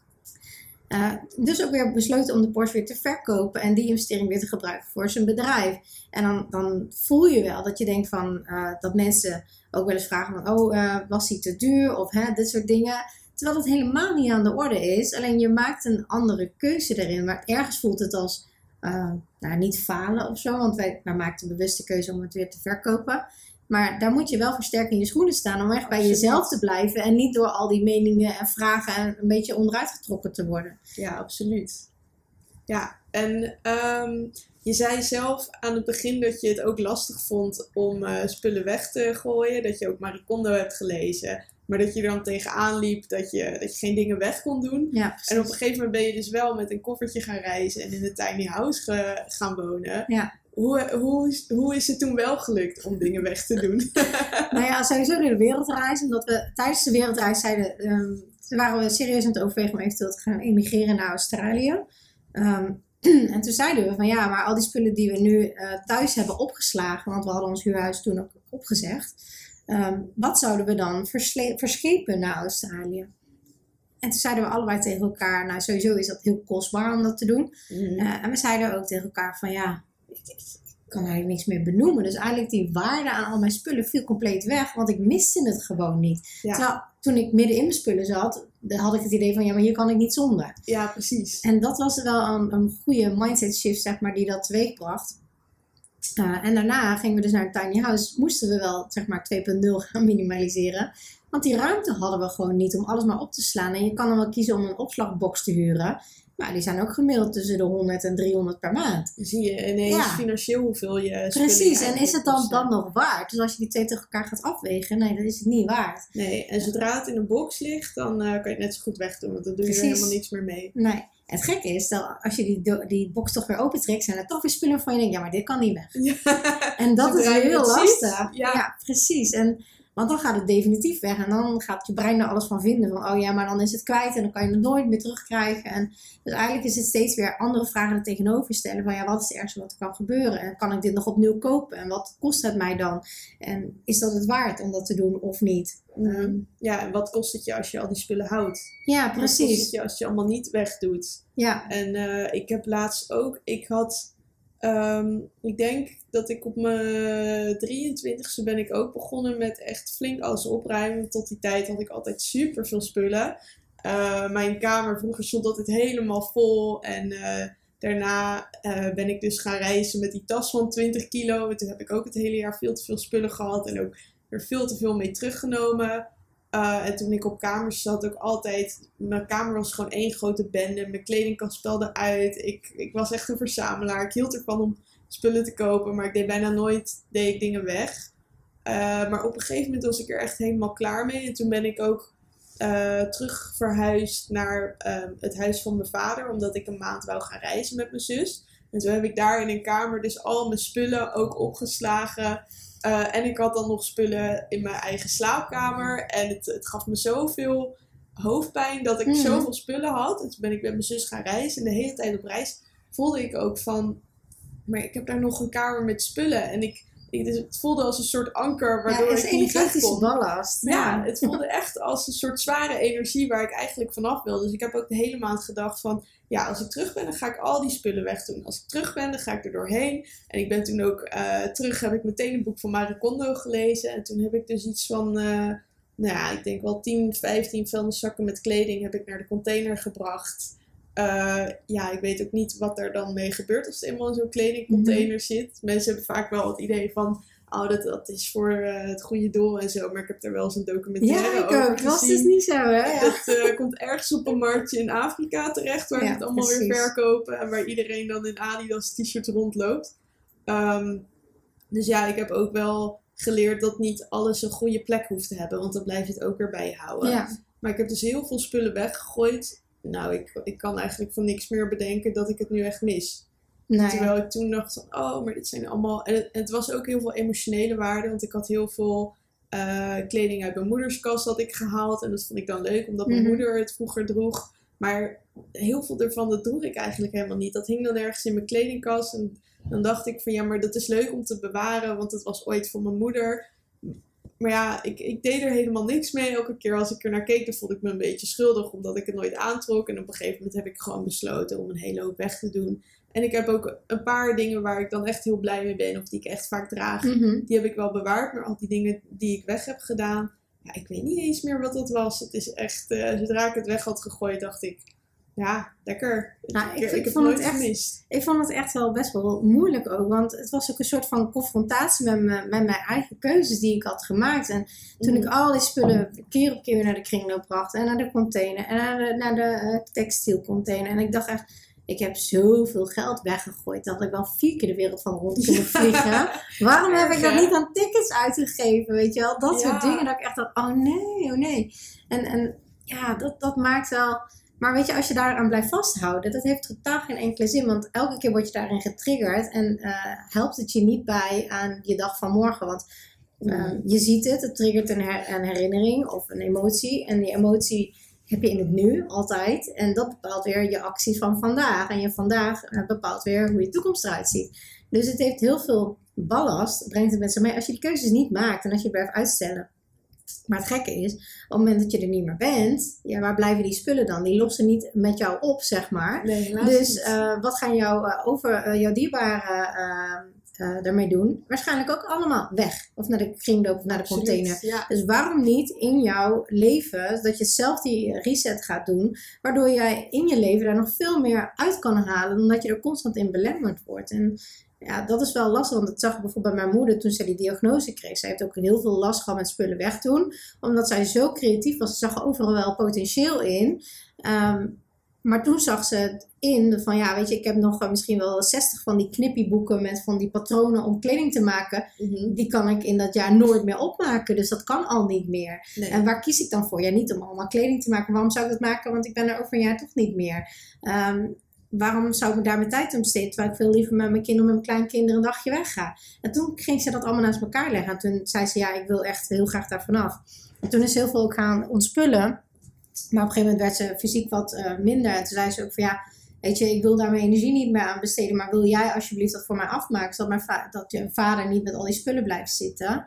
Speaker 2: Dus ook weer besloten om de Porsche weer te verkopen en die investering weer te gebruiken voor zijn bedrijf. En dan voel je wel dat je denkt van, dat mensen ook wel eens vragen van, was die te duur? Of dit soort dingen. Terwijl dat helemaal niet aan de orde is. Alleen je maakt een andere keuze erin. Maar ergens voelt het als niet falen of zo. Want wij maakten een bewuste keuze om het weer te verkopen. Maar daar moet je wel voor sterk in je schoenen staan. Om echt bij jezelf te blijven. En niet door al die meningen en vragen een beetje onderuit getrokken te worden.
Speaker 1: Ja, absoluut. Ja, en je zei zelf aan het begin dat je het ook lastig vond om spullen weg te gooien. Dat je ook Marie Kondo hebt gelezen. Maar dat je er dan tegenaan liep dat je geen dingen weg kon doen.
Speaker 2: Ja,
Speaker 1: en op een gegeven moment ben je dus wel met een koffertje gaan reizen en in de tiny house gaan wonen.
Speaker 2: Ja.
Speaker 1: Hoe is het toen wel gelukt om dingen weg te doen?
Speaker 2: Nou ja, sowieso door de wereldreis. Omdat we tijdens de wereldreis waren we serieus aan het overwegen om eventueel te gaan emigreren naar Australië. En toen zeiden we van ja, maar al die spullen die we nu thuis hebben opgeslagen, want we hadden ons huurhuis toen ook opgezegd. Wat zouden we dan verschepen naar Australië? En toen zeiden we allebei tegen elkaar, nou sowieso is dat heel kostbaar om dat te doen. En we zeiden ook tegen elkaar van ja, ik kan eigenlijk niks meer benoemen. Dus eigenlijk die waarde aan al mijn spullen viel compleet weg, want ik miste het gewoon niet. Ja. Terwijl toen ik midden in mijn spullen zat, dan had ik het idee van ja, maar hier kan ik niet zonder.
Speaker 1: Ja, precies.
Speaker 2: En dat was wel een goede mindset shift, zeg maar, die dat teweegbracht. En daarna gingen we dus naar een tiny house. Moesten we wel, zeg maar, 2.0 gaan minimaliseren. Want die ruimte hadden we gewoon niet om alles maar op te slaan. En je kan dan wel kiezen om een opslagbox te huren. Maar die zijn ook gemiddeld tussen de 100 en 300 per maand.
Speaker 1: Dan zie je ineens financieel hoeveel je...
Speaker 2: Precies, en is het dan nog waard? Dus als je die twee tegen elkaar gaat afwegen, nee, dat is het niet waard.
Speaker 1: Nee, en zodra het in een box ligt, dan kan je het net zo goed wegdoen. Want dan doe je er helemaal niks meer mee.
Speaker 2: Nee. Het gekke is, dat als je die box toch weer opentrekt, zijn er toch weer spullen van je denkt, ja, maar dit kan niet weg.
Speaker 1: Ja.
Speaker 2: En dat is heel lastig.
Speaker 1: Ja,
Speaker 2: precies. Want dan gaat het definitief weg. En dan gaat je brein er alles van vinden. Van, oh ja, maar dan is het kwijt. En dan kan je het nooit meer terugkrijgen. En dus eigenlijk is het steeds weer andere vragen er tegenover stellen. Van ja, wat is het ergste wat er kan gebeuren? En kan ik dit nog opnieuw kopen? En wat kost het mij dan? En is dat het waard om dat te doen of niet?
Speaker 1: Ja, en wat kost het je als je al die spullen houdt?
Speaker 2: Ja, precies.
Speaker 1: Wat kost het je als je allemaal niet wegdoet?
Speaker 2: Ja.
Speaker 1: En ik heb laatst ook... ik denk dat ik op mijn 23e ben ik ook begonnen met echt flink alles opruimen. Tot die tijd had ik altijd super veel spullen. Mijn kamer vroeger stond altijd helemaal vol. En daarna ben ik dus gaan reizen met die tas van 20 kilo. En toen heb ik ook het hele jaar veel te veel spullen gehad. En ook er veel te veel mee teruggenomen. En toen ik op kamers zat ook altijd... Mijn kamer was gewoon één grote bende. Mijn kledingkast spelde uit. Ik was echt een verzamelaar. Ik hield ervan om spullen te kopen. Maar ik deed bijna nooit dingen weg. Maar op een gegeven moment was ik er echt helemaal klaar mee. En toen ben ik ook terug verhuisd naar het huis van mijn vader. Omdat ik een maand wou gaan reizen met mijn zus. En toen heb ik daar in een kamer dus al mijn spullen ook opgeslagen... En ik had dan nog spullen in mijn eigen slaapkamer. En het gaf me zoveel hoofdpijn dat ik zoveel spullen had. En toen ben ik met mijn zus gaan reizen. En de hele tijd op reis voelde ik ook van... Maar ik heb daar nog een kamer met spullen. En dus het voelde als een soort anker waardoor ik niet weg kon.
Speaker 2: Ballast.
Speaker 1: Ja, het voelde echt als een soort zware energie waar ik eigenlijk vanaf wil. Dus ik heb ook de hele maand gedacht van... Ja, als ik terug ben, dan ga ik al die spullen wegdoen. Als ik terug ben, dan ga ik er doorheen. En ik ben toen ook terug, heb ik meteen een boek van Marie Kondo gelezen. En toen heb ik dus iets van... ik denk wel 10, 15 vuilniszakken met kleding heb ik naar de container gebracht. Ik weet ook niet wat er dan mee gebeurt als het eenmaal in zo'n kledingcontainer zit. Mensen hebben vaak wel het idee van... Oh, dat is voor het goede doel en zo. Maar ik heb er wel eens een documentaire over gezien.
Speaker 2: Dat was dus niet zo, hè? Ja.
Speaker 1: Dat komt ergens op een marktje in Afrika terecht... waar ze het allemaal weer verkopen... en waar iedereen dan in Adidas t-shirts rondloopt. Dus ja, ik heb ook wel geleerd... dat niet alles een goede plek hoeft te hebben... want dan blijf je het ook weer bij je houden. Ja. Maar ik heb dus heel veel spullen weggegooid... Nou, ik kan eigenlijk van niks meer bedenken dat ik het nu echt mis. Nee. Terwijl ik toen dacht van, oh, maar dit zijn allemaal... En het was ook heel veel emotionele waarde. Want ik had heel veel kleding uit mijn moeders kast had ik gehaald. En dat vond ik dan leuk, omdat mijn moeder het vroeger droeg. Maar heel veel ervan, dat droeg ik eigenlijk helemaal niet. Dat hing dan ergens in mijn kledingkast. En dan dacht ik van, ja, maar dat is leuk om te bewaren. Want het was ooit van mijn moeder. Maar ja, ik deed er helemaal niks mee. Elke keer als ik er naar keek, dan voelde ik me een beetje schuldig. Omdat ik het nooit aantrok. En op een gegeven moment heb ik gewoon besloten om een hele hoop weg te doen. En ik heb ook een paar dingen waar ik dan echt heel blij mee ben. Of die ik echt vaak draag. Die heb ik wel bewaard. Maar al die dingen die ik weg heb gedaan. Ja, ik weet niet eens meer wat dat was. Het is echt, zodra ik het weg had gegooid, dacht ik... Ja, lekker.
Speaker 2: Nou,
Speaker 1: ik heb het nooit gemist.
Speaker 2: Ik vond het echt wel best wel moeilijk ook. Want het was ook een soort van confrontatie met mijn eigen keuzes die ik had gemaakt. En toen ik al die spullen keer op keer weer naar de kringloop bracht. En naar de container. En naar de textielcontainer. En ik dacht echt, ik heb zoveel geld weggegooid. Dat ik wel 4 keer de wereld van rond kunnen vliegen. Waarom heb ik dat niet aan tickets uitgegeven? Weet je wel? Dat soort dingen. Dat ik echt dacht, oh nee. En ja, dat maakt wel... Maar weet je, als je daaraan blijft vasthouden, dat heeft totaal geen enkele zin. Want elke keer word je daarin getriggerd en helpt het je niet bij aan je dag van morgen. Want je ziet het triggert een herinnering of een emotie. En die emotie heb je in het nu altijd. En dat bepaalt weer je acties van vandaag. En je vandaag bepaalt weer hoe je toekomst eruit ziet. Dus het heeft heel veel ballast, brengt het met zich mee. Als je die keuzes niet maakt en als je het blijft uitstellen. Maar het gekke is, op het moment dat je er niet meer bent, ja, waar blijven die spullen dan? Die lossen niet met jou op, zeg maar.
Speaker 1: Nee,
Speaker 2: dus wat gaan jouw dierbaren daarmee doen? Waarschijnlijk ook allemaal weg. Of naar de kringloop of naar de container.
Speaker 1: Ja.
Speaker 2: Dus waarom niet in jouw leven, dat je zelf die reset gaat doen, waardoor jij in je leven daar nog veel meer uit kan halen, dan dat je er constant in belemmerd wordt. En Ja, dat is wel lastig, want dat zag ik bijvoorbeeld bij mijn moeder toen zij die diagnose kreeg. Zij heeft ook heel veel last gehad met spullen wegdoen, omdat zij zo creatief was. Ze zag er overal wel potentieel in. Maar toen zag ze het in van, ja, weet je, ik heb nog misschien wel 60 van die knippieboeken met van die patronen om kleding te maken. Die kan ik in dat jaar nooit meer opmaken, dus dat kan al niet meer.
Speaker 1: Nee.
Speaker 2: En waar kies ik dan voor? Ja, niet om allemaal kleding te maken. Waarom zou ik dat maken? Want ik ben er over een jaar toch niet meer. Waarom zou ik daar mijn tijd aan besteden? Terwijl ik veel liever met mijn kinderen, met mijn kleinkinderen een dagje wegga. En toen ging ze dat allemaal naast elkaar leggen. En toen zei ze, ja, ik wil echt heel graag daar vanaf. En toen is heel veel ook gaan ontspullen. Maar op een gegeven moment werd ze fysiek wat minder. En toen zei ze ook van, ja, weet je, ik wil daar mijn energie niet meer aan besteden. Maar wil jij alsjeblieft dat voor mij afmaken? Zodat dat je vader niet met al die spullen blijft zitten.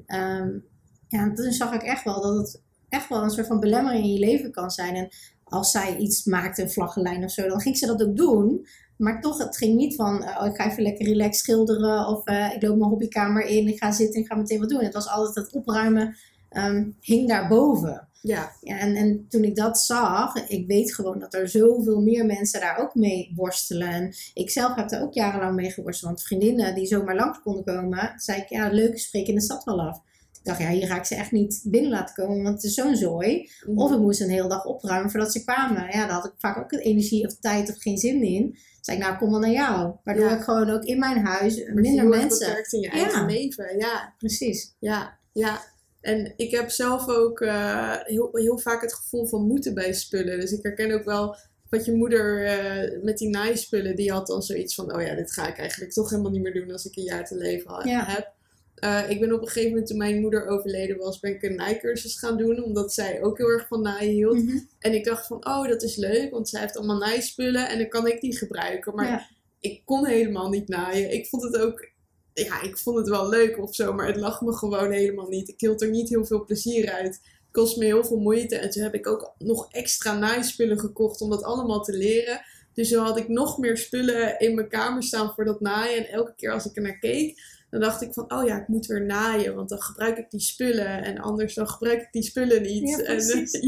Speaker 2: Ja, en toen zag ik echt wel dat het echt wel een soort van belemmering in je leven kan zijn. En als zij iets maakte, een vlaggenlijn of zo, dan ging ze dat ook doen. Maar toch, het ging niet van, ik ga even lekker relaxed schilderen. Of ik loop mijn hobbykamer in, ik ga zitten en ik ga meteen wat doen. Het was altijd het opruimen, hing daarboven.
Speaker 1: Ja.
Speaker 2: Ja, en toen ik dat zag, ik weet gewoon dat er zoveel meer mensen daar ook mee worstelen. En ik zelf heb daar ook jarenlang mee geworsteld. Want vriendinnen die zomaar langs konden komen, zei ik, ja, leuk, spreek in de stad wel af. Ik dacht, ja, hier ga ik ze echt niet binnen laten komen, want het is zo'n zooi. Of ik moest een hele dag opruimen voordat ze kwamen. Ja, daar had ik vaak ook energie of tijd of geen zin in. Dus zei ik, nou, kom dan naar jou. Waardoor ik gewoon ook in mijn huis minder mensen...
Speaker 1: beperkt in je eigen leven, ja.
Speaker 2: Precies.
Speaker 1: Ja, ja. En ik heb zelf ook heel vaak het gevoel van moeten bij spullen. Dus ik herken ook wel wat je moeder met die naaispullen, die had dan zoiets van, oh ja, dit ga ik eigenlijk toch helemaal niet meer doen als ik een jaar te leven heb. Ik ben op een gegeven moment, toen mijn moeder overleden was, ben ik een naaicursus gaan doen. Omdat zij ook heel erg van naaien hield. En ik dacht van, oh, dat is leuk. Want zij heeft allemaal naaispullen en dan kan ik die gebruiken. Maar ik kon helemaal niet naaien. Ik vond het ook, ja, ik vond het wel leuk of zo. Maar het lag me gewoon helemaal niet. Ik hield er niet heel veel plezier uit. Het kost me heel veel moeite. En toen heb ik ook nog extra naaispullen gekocht om dat allemaal te leren. Dus zo had ik nog meer spullen in mijn kamer staan voor dat naaien. En elke keer als ik er naar keek, dan dacht ik van, oh ja, ik moet weer naaien, want dan gebruik ik die spullen. En anders dan gebruik ik die spullen niet.
Speaker 2: Ja, precies.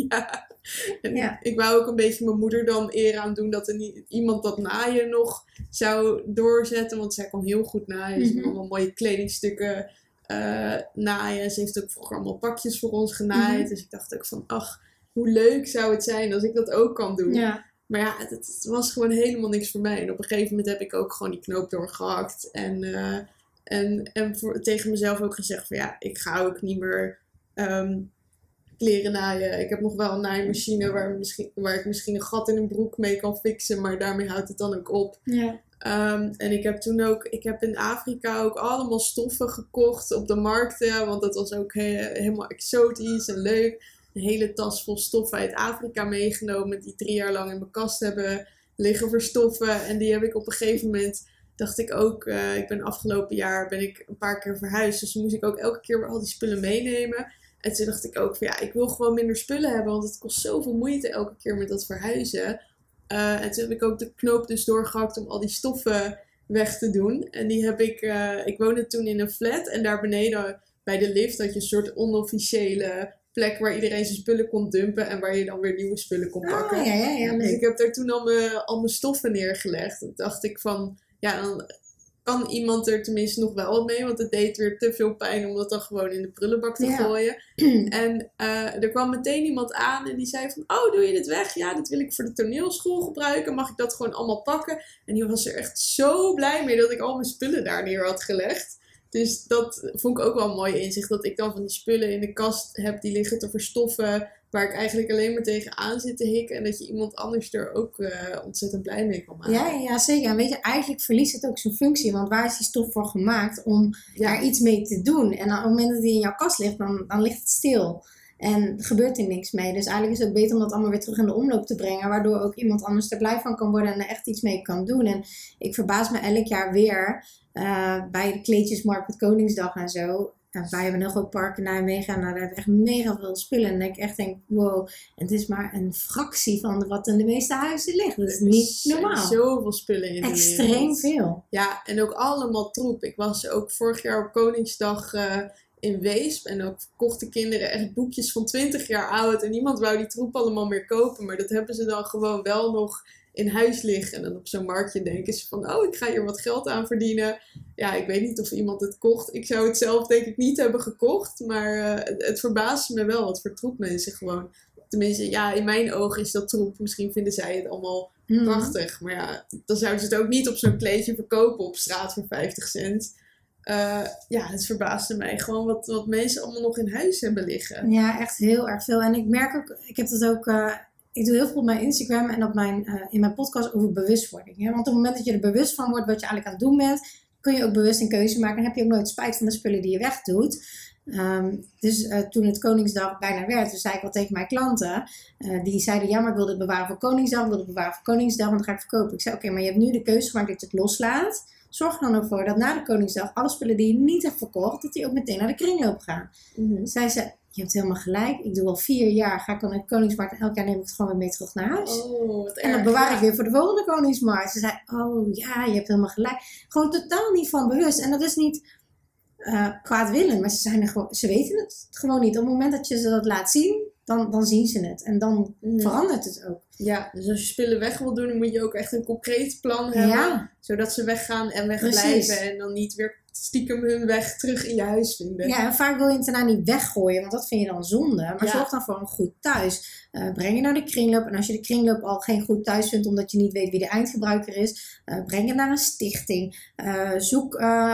Speaker 1: En ik wou ook een beetje mijn moeder dan eer aan doen dat er niet iemand dat naaien nog zou doorzetten. Want zij kon heel goed naaien. Ze kon allemaal mooie kledingstukken naaien. Ze heeft ook vroeger allemaal pakjes voor ons genaaid. Dus ik dacht ook van, ach, hoe leuk zou het zijn als ik dat ook kan doen.
Speaker 2: Ja.
Speaker 1: Maar ja, het was gewoon helemaal niks voor mij. En op een gegeven moment heb ik ook gewoon die knoop doorgehakt. En tegen mezelf ook gezegd van, ja, ik ga ook niet meer kleren naaien. Ik heb nog wel een naaimachine waar ik misschien een gat in een broek mee kan fixen. Maar daarmee houdt het dan ook op.
Speaker 2: Ja.
Speaker 1: En ik heb in Afrika ook allemaal stoffen gekocht op de markten. Want dat was ook helemaal exotisch en leuk. Een hele tas vol stoffen uit Afrika meegenomen. Die 3 jaar lang in mijn kast hebben liggen verstoffen. En die heb ik op een gegeven moment, dacht ik ook, afgelopen jaar ben ik een paar keer verhuisd. Dus moest ik ook elke keer weer al die spullen meenemen. En toen dacht ik ook van, ja, ik wil gewoon minder spullen hebben. Want het kost zoveel moeite elke keer met dat verhuizen. En toen heb ik ook de knoop dus doorgehakt om al die stoffen weg te doen. En die heb ik woonde toen in een flat. En daar beneden bij de lift had je een soort onofficiële plek waar iedereen zijn spullen kon dumpen. En waar je dan weer nieuwe spullen kon pakken. Dus ik heb daar toen al mijn stoffen neergelegd. Toen dacht ik van, ja, dan kan iemand er tenminste nog wel wat mee. Want het deed weer te veel pijn om dat dan gewoon in de prullenbak te gooien. En er kwam meteen iemand aan en die zei van, oh, doe je dit weg? Ja, dit wil ik voor de toneelschool gebruiken. Mag ik dat gewoon allemaal pakken? En die was er echt zo blij mee dat ik al mijn spullen daar neer had gelegd. Dus dat vond ik ook wel een mooi inzicht. Dat ik dan van die spullen in de kast heb die liggen te verstoffen. Waar ik eigenlijk alleen maar tegenaan zit te hikken. En dat je iemand anders er ook ontzettend blij mee kan maken.
Speaker 2: Ja, zeker. En weet je, eigenlijk verliest het ook zijn functie. Want waar is die stof voor gemaakt om daar iets mee te doen? En op het moment dat die in jouw kast ligt, dan ligt het stil. En er gebeurt er niks mee. Dus eigenlijk is het ook beter om dat allemaal weer terug in de omloop te brengen. Waardoor ook iemand anders er blij van kan worden en er echt iets mee kan doen. En ik verbaas me elk jaar weer bij de kleedjesmarkt met Koningsdag en zo. En wij hebben een heel groot park in Nijmegen. En daar hebben we echt mega veel spullen. En dat ik echt denk, wow. En het is maar een fractie van wat in de meeste huizen ligt. Dat is niet normaal.
Speaker 1: Zoveel spullen in de
Speaker 2: Extreem veel.
Speaker 1: Ja, en ook allemaal troep. Ik was ook vorig jaar op Koningsdag in Weesp. En ook kochten kinderen echt boekjes van 20 jaar oud. En niemand wou die troep allemaal meer kopen. Maar dat hebben ze dan gewoon wel nog in huis liggen. En dan op zo'n marktje denken ze van, oh, ik ga hier wat geld aan verdienen. Ja, ik weet niet of iemand het kocht. Ik zou het zelf denk ik niet hebben gekocht. Maar het verbaasde me wel wat voor troep mensen gewoon... Tenminste, ja, in mijn ogen is dat troep. Misschien vinden zij het allemaal prachtig. Maar ja, dan zouden ze het ook niet op zo'n kleedje verkopen op straat voor 50 cent. Ja, het verbaasde mij gewoon wat mensen allemaal nog in huis hebben liggen.
Speaker 2: Ja, echt heel erg veel. En ik merk ook, ik heb dat ook... ik doe heel veel op mijn Instagram en in mijn podcast over bewustwording. Hè? Want op het moment dat je er bewust van wordt wat je eigenlijk aan het doen bent, kun je ook bewust een keuze maken en heb je ook nooit spijt van de spullen die je wegdoet. Dus toen het Koningsdag bijna werd, dus zei ik al tegen mijn klanten, die zeiden ja, maar ik wil dit bewaren voor Koningsdag, ik wil dit bewaren voor Koningsdag, want dan ga ik verkopen. Ik zei oké, maar je hebt nu de keuze gemaakt dat je het loslaat. Zorg er dan ook voor dat na de Koningsdag alle spullen die je niet hebt verkocht, dat die ook meteen naar de kringloop gaan. Zei ze, je hebt helemaal gelijk. Ik doe al 4 jaar, ga ik dan naar de Koningsmarkt en elk jaar neem ik het gewoon weer mee terug naar huis.
Speaker 1: Oh, wat
Speaker 2: en dan bewaar ik weer voor de volgende Koningsmarkt. Ze zei, oh ja, je hebt helemaal gelijk. Gewoon totaal niet van bewust. En dat is niet kwaadwillend, maar ze weten het gewoon niet. Op het moment dat je ze dat laat zien, dan zien ze het. En dan verandert het ook.
Speaker 1: Ja, dus als je spullen weg wil doen, dan moet je ook echt een concreet plan hebben.
Speaker 2: Ja.
Speaker 1: Zodat ze weggaan en wegblijven. En dan niet weer stiekem hun weg terug in je huis vinden.
Speaker 2: Ja, en vaak wil je het daarna niet weggooien, want dat vind je dan zonde. Maar zorg dan voor een goed thuis. Breng je naar de kringloop. En als je de kringloop al geen goed thuis vindt, omdat je niet weet wie de eindgebruiker is, breng het naar een stichting. Zoek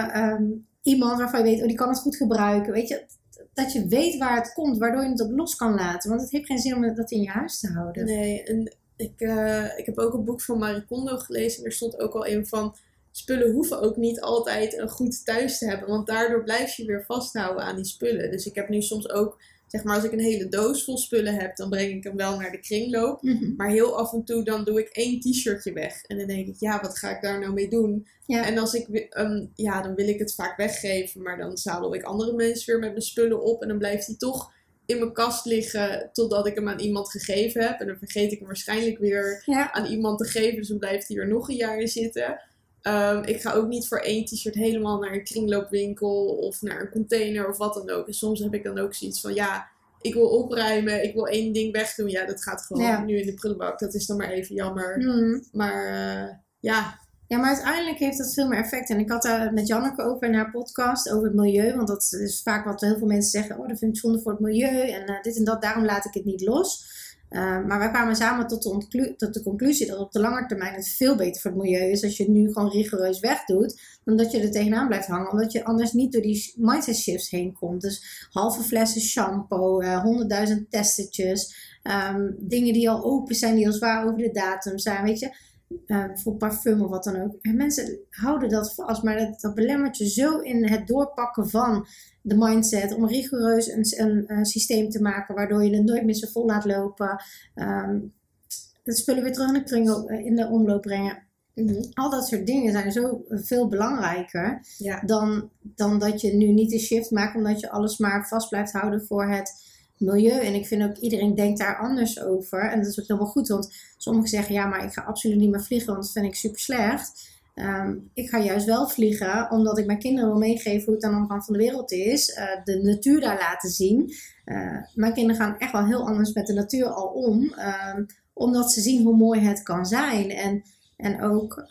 Speaker 2: iemand waarvan je weet, oh, die kan het goed gebruiken. Weet je, dat je weet waar het komt, waardoor je het ook los kan laten. Want het heeft geen zin om dat in je huis te houden.
Speaker 1: Nee, en ik heb ook een boek van Marie Kondo gelezen. En er stond ook al in van, spullen hoeven ook niet altijd een goed thuis te hebben. Want daardoor blijf je weer vasthouden aan die spullen. Dus ik heb nu soms ook, zeg maar, als ik een hele doos vol spullen heb, dan breng ik hem wel naar de kringloop. Maar heel af en toe dan doe ik 1 t-shirtje weg. En dan denk ik, ja, wat ga ik daar nou mee doen? Ja. En als ik, dan wil ik het vaak weggeven. Maar dan zadel ik andere mensen weer met mijn spullen op. En dan blijft hij toch in mijn kast liggen totdat ik hem aan iemand gegeven heb. En dan vergeet ik hem waarschijnlijk weer aan iemand te geven. Dus dan blijft hij er nog een jaar in zitten. Ik ga ook niet voor 1 t-shirt helemaal naar een kringloopwinkel of naar een container of wat dan ook. En soms heb ik dan ook zoiets van, ja, ik wil opruimen, ik wil 1 ding wegdoen. Ja, dat gaat gewoon nu in de prullenbak. Dat is dan maar even jammer. Maar ja.
Speaker 2: Ja, maar uiteindelijk heeft dat veel meer effect. En ik had daar met Janneke over in haar podcast over het milieu. Want dat is vaak wat heel veel mensen zeggen. Oh, dat vind ik zonde voor het milieu. En dit en dat, daarom laat ik het niet los. Maar wij kwamen samen tot de conclusie dat op de lange termijn het veel beter voor het milieu is als je het nu gewoon rigoureus wegdoet, dan dat je er tegenaan blijft hangen, omdat je anders niet door die mindset shifts heen komt. Dus halve flessen shampoo, 100.000 testertjes, dingen die al open zijn, die al zwaar over de datum zijn, weet je. Voor parfum of wat dan ook. En mensen houden dat vast, maar dat belemmert je zo in het doorpakken van de mindset om rigoureus een systeem te maken waardoor je het nooit meer zo vol laat lopen. De spullen weer terug in de omloop brengen. Al dat soort dingen zijn zo veel belangrijker dan dat je nu niet de shift maakt omdat je alles maar vast blijft houden voor het milieu. En ik vind ook, iedereen denkt daar anders over. En dat is ook helemaal goed, want sommigen zeggen, ja, maar ik ga absoluut niet meer vliegen, want dat vind ik super slecht. Ik ga juist wel vliegen, omdat ik mijn kinderen wil meegeven hoe het aan de andere kant van de wereld is. De natuur daar laten zien. Mijn kinderen gaan echt wel heel anders met de natuur al om. Omdat ze zien hoe mooi het kan zijn. En ook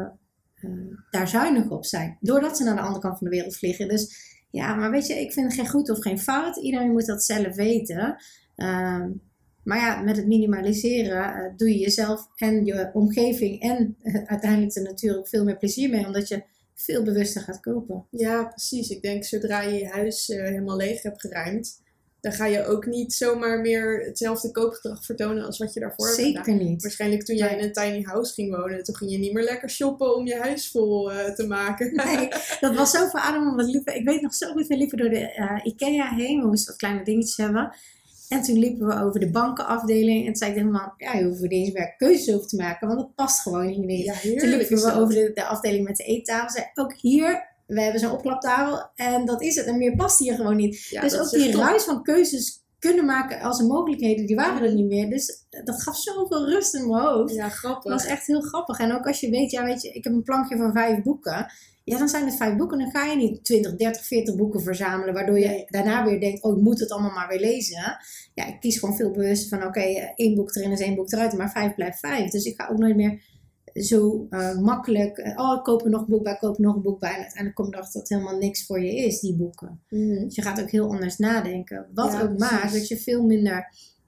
Speaker 2: daar zuinig op zijn. Doordat ze naar de andere kant van de wereld vliegen. Dus ja, maar weet je, ik vind geen goed of geen fout. Iedereen moet dat zelf weten. Maar ja, met het minimaliseren doe je jezelf en je omgeving en uiteindelijk de natuur ook veel meer plezier mee. Omdat je veel bewuster gaat kopen.
Speaker 1: Ja, precies. Ik denk zodra je je huis helemaal leeg hebt geruimd, dan ga je ook niet zomaar meer hetzelfde koopgedrag vertonen als wat je daarvoor hebt gedaan.
Speaker 2: Zeker niet.
Speaker 1: Waarschijnlijk toen jij in een tiny house ging wonen, toen ging je niet meer lekker shoppen om je huis vol te maken.
Speaker 2: Nee, dat was zo verademend. Ik weet nog zo goed, we liepen door de IKEA heen. We moesten wat kleine dingetjes hebben. En toen liepen we over de bankenafdeling. En toen zei ik tegen man, ja, je hoeft er niet eens meer keuzes over te maken. Want dat past gewoon niet.
Speaker 1: Ja,
Speaker 2: toen liepen we over de afdeling met de eettafel. Zei ook hier, we hebben zo'n opklaptafel. En dat is het. En meer past hier gewoon niet. Ja, dus ook die ruis van keuzes kunnen maken als een mogelijkheden, die waren er niet meer. Dus dat gaf zoveel rust in mijn hoofd.
Speaker 1: Ja, grappig.
Speaker 2: Dat was echt heel grappig. En ook als je weet, ik heb een plankje van 5 boeken. Ja, dan zijn het 5 boeken. Dan ga je niet 20, 30, 40 boeken verzamelen. Waardoor je daarna weer denkt, ik moet het allemaal maar weer lezen. Ja, ik kies gewoon veel bewust van, 1 boek erin is 1 boek eruit. Maar 5 blijft 5. Dus ik ga ook nooit meer zo makkelijk... ik koop er nog een boek bij, ik koop er nog een boek bij. En uiteindelijk kom je erachter dat het helemaal niks voor je is, die boeken. Dus je gaat ook heel anders nadenken. Wat ook maakt dat je veel minder...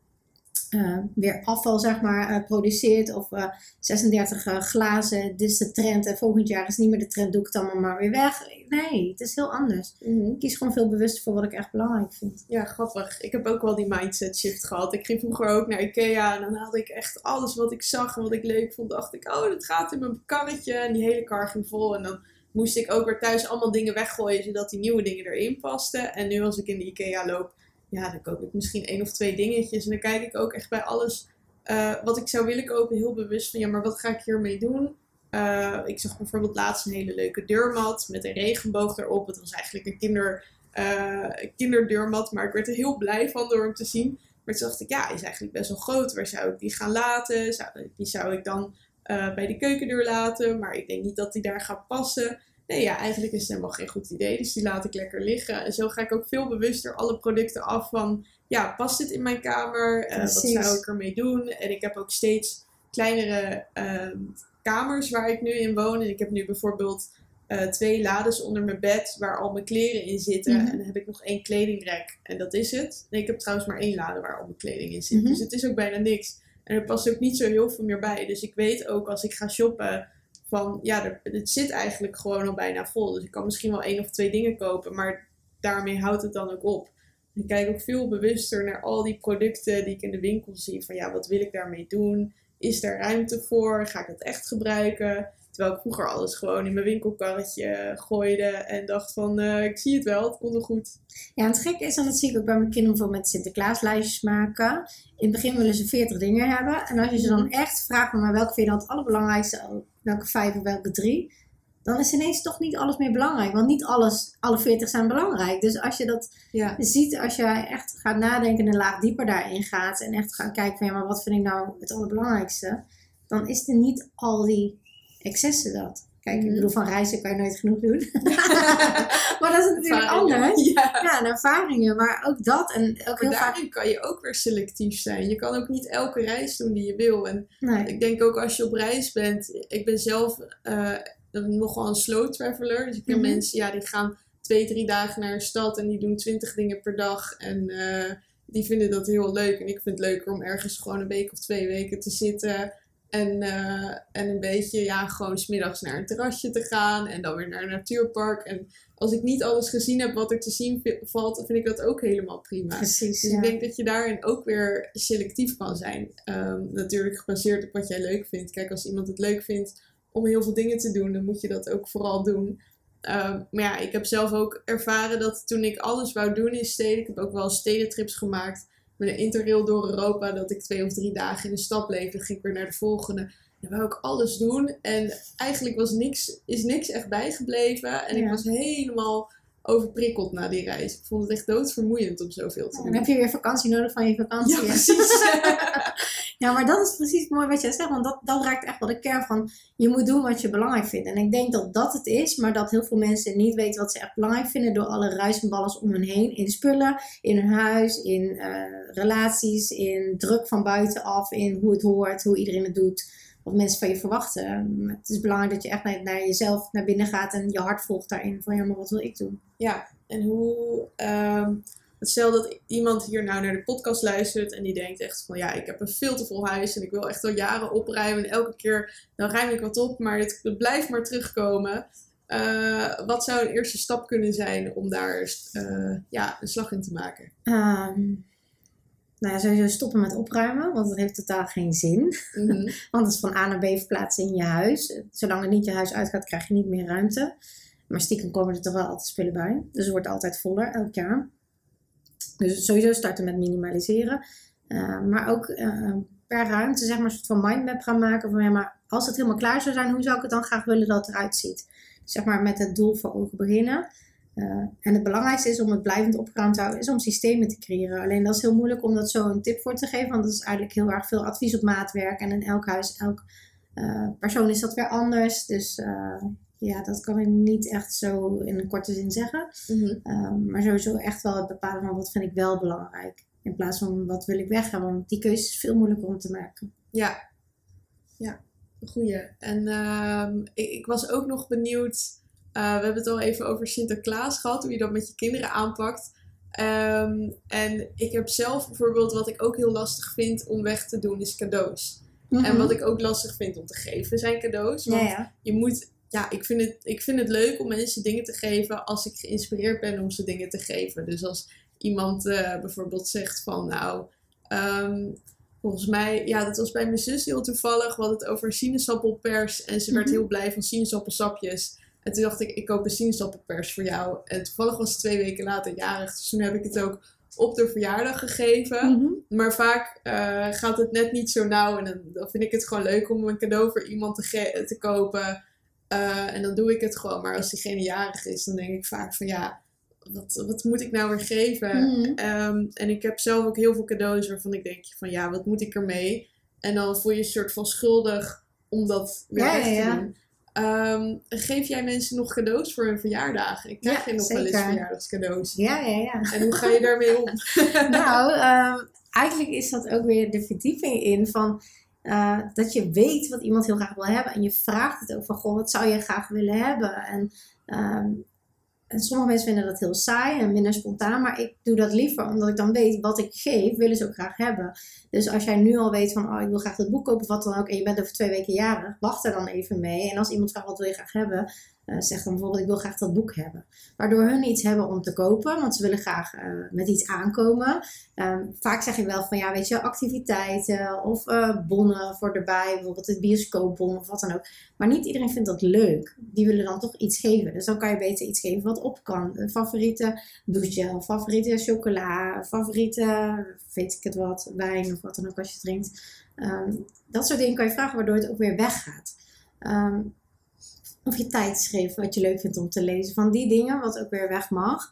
Speaker 2: weer afval zeg maar produceert of 36 glazen, dit is de trend en volgend jaar is niet meer de trend, doe ik het allemaal maar weer weg. Nee, het is heel anders. Ik kies gewoon veel bewust voor wat ik echt belangrijk vind.
Speaker 1: Ja, grappig. Ik heb ook wel die mindset shift gehad. Ik ging vroeger ook naar Ikea en dan haalde ik echt alles wat ik zag en wat ik leuk vond, dacht ik, dat gaat in mijn karretje en die hele kar ging vol en dan moest ik ook weer thuis allemaal dingen weggooien zodat die nieuwe dingen erin pasten. En nu als ik in de Ikea loop, dan koop ik misschien 1 of 2 dingetjes. En dan kijk ik ook echt bij alles wat ik zou willen kopen heel bewust van... maar wat ga ik hiermee doen? Ik zag bijvoorbeeld laatst een hele leuke deurmat met een regenboog erop. Het was eigenlijk een kinderdeurmat, maar ik werd er heel blij van door hem te zien. Maar toen dacht ik, hij is eigenlijk best wel groot. Waar zou ik die gaan laten? Die zou ik dan bij de keukendeur laten. Maar ik denk niet dat die daar gaat passen... Nee, eigenlijk is het helemaal geen goed idee. Dus die laat ik lekker liggen. En zo ga ik ook veel bewuster alle producten af van... past dit in mijn kamer? Wat zou ik ermee doen? En ik heb ook steeds kleinere kamers waar ik nu in woon. En ik heb nu bijvoorbeeld 2 lades onder mijn bed waar al mijn kleren in zitten. En dan heb ik nog 1 kledingrek. En dat is het. Nee, ik heb trouwens maar 1 lade waar al mijn kleding in zit. Dus het is ook bijna niks. En er past ook niet zo heel veel meer bij. Dus ik weet ook als ik ga shoppen... van het zit eigenlijk gewoon al bijna vol. Dus ik kan misschien wel 1 of 2 dingen kopen, maar daarmee houdt het dan ook op. Ik kijk ook veel bewuster naar al die producten die ik in de winkel zie. Van wat wil ik daarmee doen? Is daar ruimte voor? Ga ik dat echt gebruiken? Terwijl ik vroeger alles gewoon in mijn winkelkarretje gooide en dacht van ik zie het wel, het komt wel goed.
Speaker 2: Ja, en het gekke is, en dat zie ik ook bij mijn kinderen voor met Sinterklaaslijstjes maken. In het begin willen ze 40 dingen hebben. En als je ze dan echt vraagt, maar welke vind je dan het allerbelangrijkste, welke 5 of welke 3, dan is ineens toch niet alles meer belangrijk. Want niet alle 40 zijn belangrijk. Dus als je dat ziet, als je echt gaat nadenken en een laag dieper daarin gaat en echt gaat kijken van maar wat vind ik nou het allerbelangrijkste, dan is er niet al die excessen dat. Kijk, ik bedoel, van reizen kan je nooit genoeg doen. Maar dat is natuurlijk anders. Ja, en ervaringen, maar ook dat. En ook
Speaker 1: maar daarin kan je ook weer selectief zijn. Je kan ook niet elke reis doen die je wil. En ik denk ook als je op reis bent... Ik ben zelf nogal een slow traveler. Dus ik ken mensen die gaan 2-3 dagen naar een stad... en die doen 20 dingen per dag. En die vinden dat heel leuk. En ik vind het leuker om ergens gewoon een week of 2 weken te zitten... En een beetje, gewoon 's middags naar een terrasje te gaan. En dan weer naar een natuurpark. En als ik niet alles gezien heb wat er te zien valt, dan vind ik dat ook helemaal prima.
Speaker 2: Precies,
Speaker 1: dus ik denk dat je daarin ook weer selectief kan zijn. Natuurlijk gebaseerd op wat jij leuk vindt. Kijk, als iemand het leuk vindt om heel veel dingen te doen, dan moet je dat ook vooral doen. Maar ik heb zelf ook ervaren dat toen ik alles wou doen in steden. Ik heb ook wel stedentrips gemaakt. Met een interrail door Europa, dat ik 2 of 3 dagen in de stad bleef. Dan ging ik weer naar de volgende. Dan wou ik alles doen. En eigenlijk is niks echt bijgebleven. En ik was helemaal overprikkeld na die reis. Ik vond het echt doodvermoeiend om zoveel te doen.
Speaker 2: Dan heb je weer vakantie nodig van je vakantie.
Speaker 1: Ja, precies.
Speaker 2: Ja, maar dat is precies mooi wat jij zegt. Want dat raakt echt wel de kern van... Je moet doen wat je belangrijk vindt. En ik denk dat dat het is. Maar dat heel veel mensen niet weten wat ze echt belangrijk vinden... door alle ruis en ballast om hen heen. In spullen, in hun huis, in relaties... in druk van buitenaf, in hoe het hoort, hoe iedereen het doet... wat mensen van je verwachten. Het is belangrijk dat je echt naar jezelf naar binnen gaat... en je hart volgt daarin. Van maar wat wil ik doen?
Speaker 1: Ja, en hoe... Stel dat iemand hier nou naar de podcast luistert en die denkt echt van ik heb een veel te vol huis en ik wil echt al jaren opruimen en elke keer dan ruim ik wat op, maar het blijft maar terugkomen. Wat zou een eerste stap kunnen zijn om daar een slag in te maken?
Speaker 2: Sowieso stoppen met opruimen, want dat heeft totaal geen zin. Want het is van A naar B verplaatsen in je huis. Zolang het niet je huis uitgaat, krijg je niet meer ruimte. Maar stiekem komen er toch wel altijd spullen bij. Dus het wordt altijd voller elk jaar. Dus sowieso starten met minimaliseren. Maar ook per ruimte zeg maar een soort van mindmap gaan maken. Van maar als het helemaal klaar zou zijn, hoe zou ik het dan graag willen dat het eruit ziet? Dus zeg maar met het doel voor ogen beginnen. En het belangrijkste is om het blijvend opgeruimd te houden, is om systemen te creëren. Alleen dat is heel moeilijk om dat zo een tip voor te geven. Want dat is eigenlijk heel erg veel advies op maatwerk. En in elk huis, elk persoon is dat weer anders. Dus Ja, dat kan ik niet echt zo in een korte zin zeggen. Maar sowieso echt wel het bepalen van wat vind ik wel belangrijk. In plaats van wat wil ik weg hebben. Want die keuze is veel moeilijker om te maken.
Speaker 1: Ja, een goeie. En ik was ook nog benieuwd. We hebben het al even over Sinterklaas gehad. Hoe je dat met je kinderen aanpakt. En ik heb zelf bijvoorbeeld, wat ik ook heel lastig vind om weg te doen, is cadeaus. En wat ik ook lastig vind om te geven, zijn cadeaus. Want je moet... Ja, ik vind het leuk om mensen dingen te geven als ik geïnspireerd ben om ze dingen te geven. Dus als iemand bijvoorbeeld zegt van volgens mij, ja, dat was bij mijn zus heel toevallig. We hadden het over sinaasappelpers en ze werd heel blij van sinaasappelsapjes. En toen dacht ik koop een sinaasappelpers voor jou. En toevallig was het 2 weken later jarig, dus toen heb ik het ook op de verjaardag gegeven. Maar vaak gaat het net niet zo nauw en dan vind ik het gewoon leuk om een cadeau voor iemand te kopen. En dan doe ik het gewoon. Maar als diegene jarig is, dan denk ik vaak van ja, wat moet ik nou weer geven? En ik heb zelf ook heel veel cadeaus waarvan ik denk van ja, wat moet ik ermee? En dan voel je een soort van schuldig om dat weer weg te doen. Geef jij mensen nog cadeaus voor hun verjaardagen? Ik krijg je nog wel eens verjaardagscadeaus.
Speaker 2: Ja.
Speaker 1: En hoe ga je daarmee om?
Speaker 2: Nou, eigenlijk is dat ook weer de verdieping in van... dat je weet wat iemand heel graag wil hebben. En je vraagt het ook van, goh, wat zou je graag willen hebben? En sommige mensen vinden dat heel saai en minder spontaan. Maar ik doe dat liever, omdat ik dan weet wat ik geef, willen ze ook graag hebben. Dus als jij nu al weet van, ik wil graag dat boek kopen of wat dan ook. En je bent over 2 weken jarig, wacht er dan even mee. En als iemand vraagt, wat wil je graag hebben? Zeg dan bijvoorbeeld, ik wil graag dat boek hebben. Waardoor hun iets hebben om te kopen, want ze willen graag met iets aankomen. Vaak zeg ik wel van, ja, weet je, activiteiten of bonnen voor erbij. Bijvoorbeeld het bioscoopbon of wat dan ook. Maar niet iedereen vindt dat leuk. Die willen dan toch iets geven. Dus dan kan je beter iets geven wat op kan. Favoriete douchegel, favoriete chocola, favoriete, weet ik het wat, wijn of wat dan ook als je drinkt. Dat soort dingen kan je vragen, waardoor het ook weer weggaat. Of je tijdschrift, wat je leuk vindt om te lezen. Van die dingen, wat ook weer weg mag.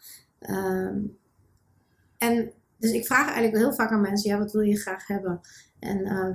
Speaker 2: En dus ik vraag eigenlijk heel vaak aan mensen, ja, wat wil je graag hebben? En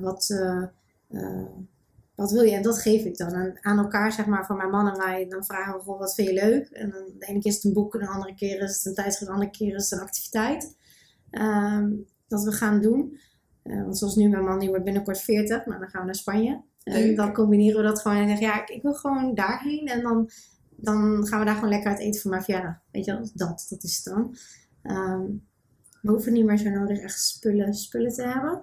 Speaker 2: wat wil je? En dat geef ik dan. En aan elkaar, zeg maar, van mijn man en mij, dan vragen we gewoon, wat vind je leuk? En dan de ene keer is het een boek, de andere keer is het een tijdschrift, de andere keer is het een activiteit. Dat we gaan doen. Want zoals nu, mijn man die wordt binnenkort 40, nou dan gaan we naar Spanje. En dan combineren we dat gewoon en zeggen, ja, ik wil gewoon daarheen. En dan gaan we daar gewoon lekker uit eten voor mijn verjaardag. Weet je wel, dat is het dan. We hoeven niet meer zo nodig echt spullen te hebben.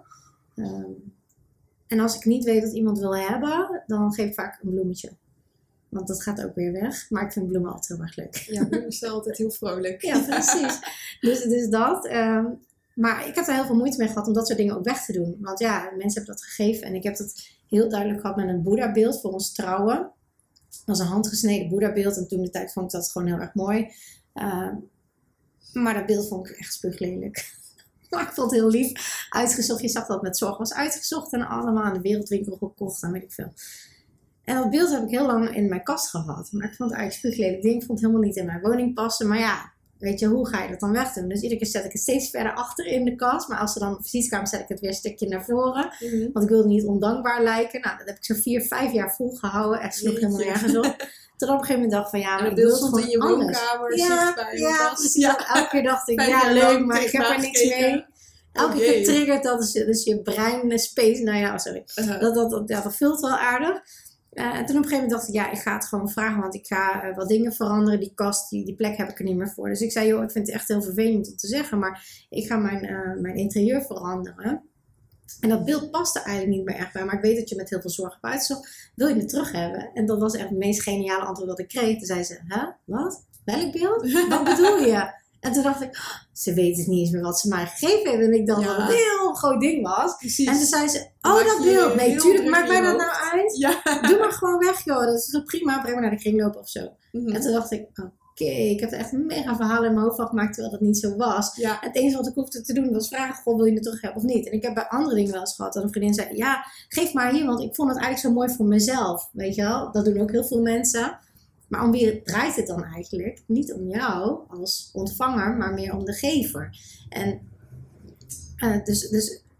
Speaker 2: En als ik niet weet wat iemand wil hebben, dan geef ik vaak een bloemetje. Want dat gaat ook weer weg. Maar ik vind bloemen altijd heel erg leuk.
Speaker 1: Ja, bloemen zijn altijd heel vrolijk.
Speaker 2: Ja, precies. Dus dat. Maar ik heb er heel veel moeite mee gehad om dat soort dingen ook weg te doen. Want ja, mensen hebben dat gegeven. En ik heb dat heel duidelijk gehad met een Boeddha-beeld voor ons trouwen. Dat was een handgesneden Boeddha-beeld. En toen de tijd vond ik dat gewoon heel erg mooi. Maar dat beeld vond ik echt spuuglelijk. Maar ik vond het heel lief uitgezocht. Je zag dat het met zorg was uitgezocht. En allemaal aan de wereldwinkel gekocht. En weet ik veel. En dat beeld heb ik heel lang in mijn kast gehad. Maar ik vond het eigenlijk spuuglelijk ding. Ik vond het helemaal niet in mijn woning passen. Maar ja, weet je, hoe ga je dat dan wegdoen? Dus iedere keer zet ik het steeds verder achter in de kast. Maar als er dan op visite kwamen, zet ik het weer een stukje naar voren. Want ik wilde niet ondankbaar lijken. Nou, dat heb ik zo 4-5 jaar volgehouden. Echt sloeg helemaal nergens op. Tot op een gegeven moment dacht van, ja, maar ik wil het gewoon in je woonkamer zichtbaar. Ja, precies. Ja. Elke keer dacht ik, ja, leuk, maar ik heb er niks mee. Elke keer triggert dat, dus je brein space. Nou ja, sorry. Dat vult wel aardig. En toen op een gegeven moment dacht ik, ja, ik ga het gewoon vragen. Want ik ga wat dingen veranderen. Die kast, die plek heb ik er niet meer voor. Dus ik zei, joh, ik vind het echt heel vervelend om te zeggen. Maar ik ga mijn interieur veranderen. En dat beeld paste eigenlijk niet meer echt bij. Maar ik weet dat je met heel veel zorg hebt uitgezocht. Wil je het terug hebben? En dat was echt het meest geniale antwoord dat ik kreeg. Toen zei ze, wat? Welk beeld? Wat bedoel je? En toen dacht ik, ze weet het niet eens meer wat ze mij gegeven heeft. En ik dacht dat het een heel groot ding was. Precies. En toen zei ze, dat beeld. Nee, tuurlijk, maakt mij dat nou uit? Ja. Doe maar gewoon weg, joh. Dat is toch prima. Breng me naar de kringloop of zo. En toen dacht ik, oké, ik heb er echt een mega verhaal in mijn hoofd van gemaakt, terwijl dat niet zo was. Ja. En het enige wat ik hoefde te doen was vragen, goh, wil je het terug hebben of niet? En ik heb bij andere dingen wel eens gehad dat een vriendin zei, ja, geef maar hier, want ik vond het eigenlijk zo mooi voor mezelf. Weet je wel? Dat doen ook heel veel mensen. Maar om wie draait het dan eigenlijk? Niet om jou als ontvanger, maar meer om de gever. En dus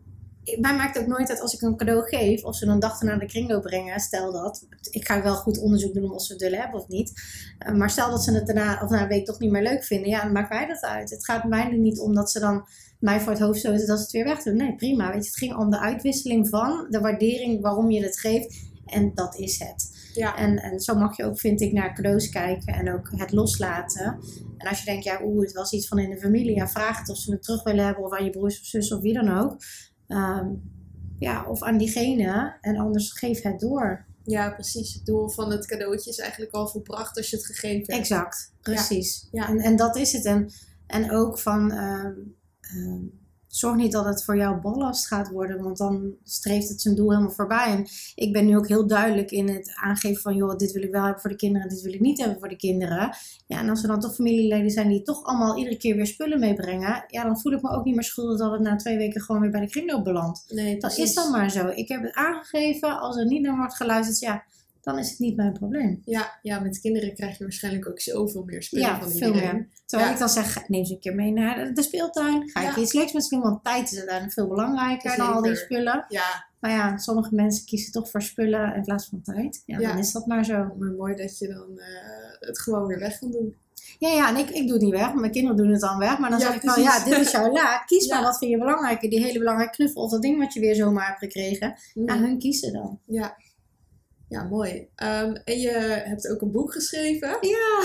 Speaker 2: mij maakt het ook nooit uit als ik een cadeau geef. Of ze een dag erna de kringloop brengen. Stel dat. Ik ga wel goed onderzoek doen of ze het willen hebben of niet. Maar stel dat ze het daarna of na een week toch niet meer leuk vinden. Ja, dan maakt mij dat uit. Het gaat mij er niet om dat ze dan mij voor het hoofd stoten dat ze het weer weg doen. Nee, prima. Weet je, het ging om de uitwisseling van. De waardering waarom je het geeft. En dat is het.
Speaker 1: Ja.
Speaker 2: En zo mag je ook, vind ik, naar cadeaus kijken en ook het loslaten. En als je denkt, ja, het was iets van in de familie. Ja, vraag het of ze het terug willen hebben of aan je broers of zus of wie dan ook. Of aan diegene. En anders geef het door.
Speaker 1: Ja, precies. Het doel van het cadeautje is eigenlijk al volbracht als je het gegeven hebt.
Speaker 2: Exact, precies.
Speaker 1: Ja.
Speaker 2: En dat is het. En ook van... zorg niet dat het voor jou ballast gaat worden, want dan streeft het zijn doel helemaal voorbij. En ik ben nu ook heel duidelijk in het aangeven van, joh, dit wil ik wel hebben voor de kinderen, dit wil ik niet hebben voor de kinderen. Ja, en als er dan toch familieleden zijn die toch allemaal iedere keer weer spullen meebrengen, ja, dan voel ik me ook niet meer schuldig dat het na 2 weken gewoon weer bij de kringloop belandt.
Speaker 1: Nee,
Speaker 2: dat is dan maar zo. Ik heb het aangegeven, als er niet naar wordt geluisterd, ja, dan is het niet mijn probleem.
Speaker 1: Ja, met kinderen krijg je waarschijnlijk ook zoveel meer spullen van iedereen.
Speaker 2: Veel meer. Terwijl ik dan zeg, neem ze een keer mee naar de speeltuin. Ga ik iets leuks met ze doen, want tijd is uiteindelijk veel belangrijker dan al die spullen.
Speaker 1: Ja.
Speaker 2: Maar ja, sommige mensen kiezen toch voor spullen in plaats van tijd. Ja, dan is dat maar zo.
Speaker 1: Maar mooi dat je dan het gewoon weer weg kan doen.
Speaker 2: Ja, en ik doe het niet weg. Mijn kinderen doen het dan weg. Maar dan zeg ik van, dit is jouw la. Kies maar wat vind je belangrijker. Die hele belangrijke knuffel of dat ding wat je weer zomaar hebt gekregen. Ja, hun kiezen dan.
Speaker 1: Ja, mooi. En je hebt ook een boek geschreven.
Speaker 2: Ja.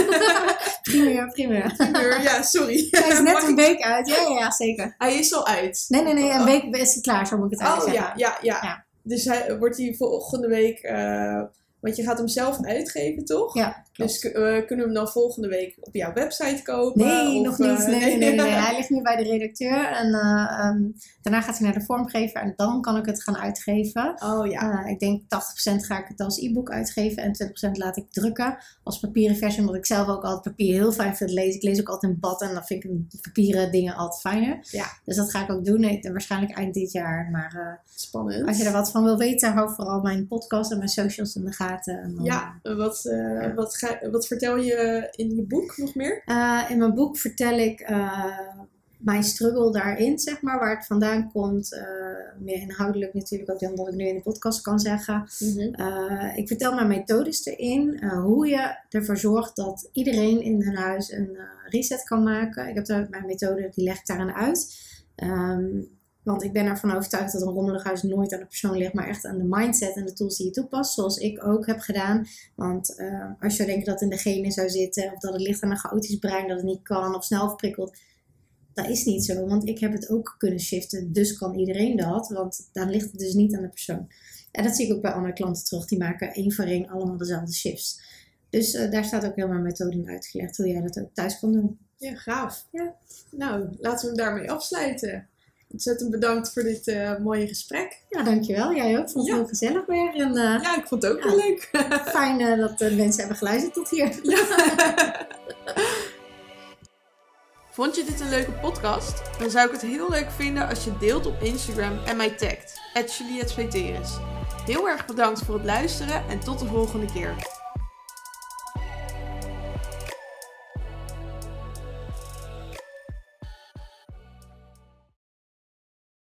Speaker 2: Primeur.
Speaker 1: Ja, sorry.
Speaker 2: Hij is net een week uit. Ja, zeker.
Speaker 1: Hij is al uit.
Speaker 2: Nee. Een week is hij klaar, zo moet ik het eigenlijk zeggen.
Speaker 1: Ja. Dus wordt hij volgende week... want je gaat hem zelf uitgeven, toch?
Speaker 2: Ja, klopt.
Speaker 1: Dus kunnen we hem dan volgende week op jouw website kopen?
Speaker 2: Nee, nog niet. Nee. Hij ligt nu bij de redacteur. En daarna gaat hij naar de vormgever. En dan kan ik het gaan uitgeven.
Speaker 1: Oh ja.
Speaker 2: Ik denk 80% ga ik het als e-book uitgeven. En 20% laat ik drukken als papieren versie. Omdat ik zelf ook altijd papier heel fijn vind lezen. Ik lees ook altijd in bad. En dan vind ik papieren dingen altijd fijner. Ja. Dus dat ga ik ook doen. Waarschijnlijk eind dit jaar. Maar
Speaker 1: spannend.
Speaker 2: Als je er wat van wil weten, hou vooral mijn podcast en mijn socials in de gaten. En dan,
Speaker 1: wat vertel je in je boek nog meer?
Speaker 2: In mijn boek vertel ik mijn struggle daarin, zeg maar, waar het vandaan komt. Meer inhoudelijk natuurlijk ook dan dat ik nu in de podcast kan zeggen. Mm-hmm. Ik vertel mijn methodes erin. Hoe je ervoor zorgt dat iedereen in hun huis een reset kan maken. Ik heb mijn methode, die leg ik daarin uit. Want ik ben ervan overtuigd dat een rommelig huis nooit aan de persoon ligt, maar echt aan de mindset en de tools die je toepast, zoals ik ook heb gedaan. Want als je denkt dat het in de genen zou zitten, of dat het ligt aan een chaotisch brein, dat het niet kan, of snel verprikkeld, dat is niet zo. Want ik heb het ook kunnen shiften, dus kan iedereen dat, want dan ligt het dus niet aan de persoon. En dat zie ik ook bij al mijn klanten terug, die maken 1 voor 1 allemaal dezelfde shifts. Dus daar staat ook heel mijn methode in uitgelegd, hoe jij dat ook thuis kan doen.
Speaker 1: Ja, gaaf. Ja. Nou, laten we hem daarmee afsluiten. Ontzettend bedankt voor dit mooie gesprek.
Speaker 2: Ja, dankjewel. Jij ook. Vond het heel gezellig weer. En,
Speaker 1: ja, ik vond het ook wel leuk.
Speaker 2: Fijn dat de mensen hebben geluisterd tot hier. Ja.
Speaker 1: Vond je dit een leuke podcast? Dan zou ik het heel leuk vinden als je deelt op Instagram en mij tagt. @JulietteVeteris. Heel erg bedankt voor het luisteren en tot de volgende keer.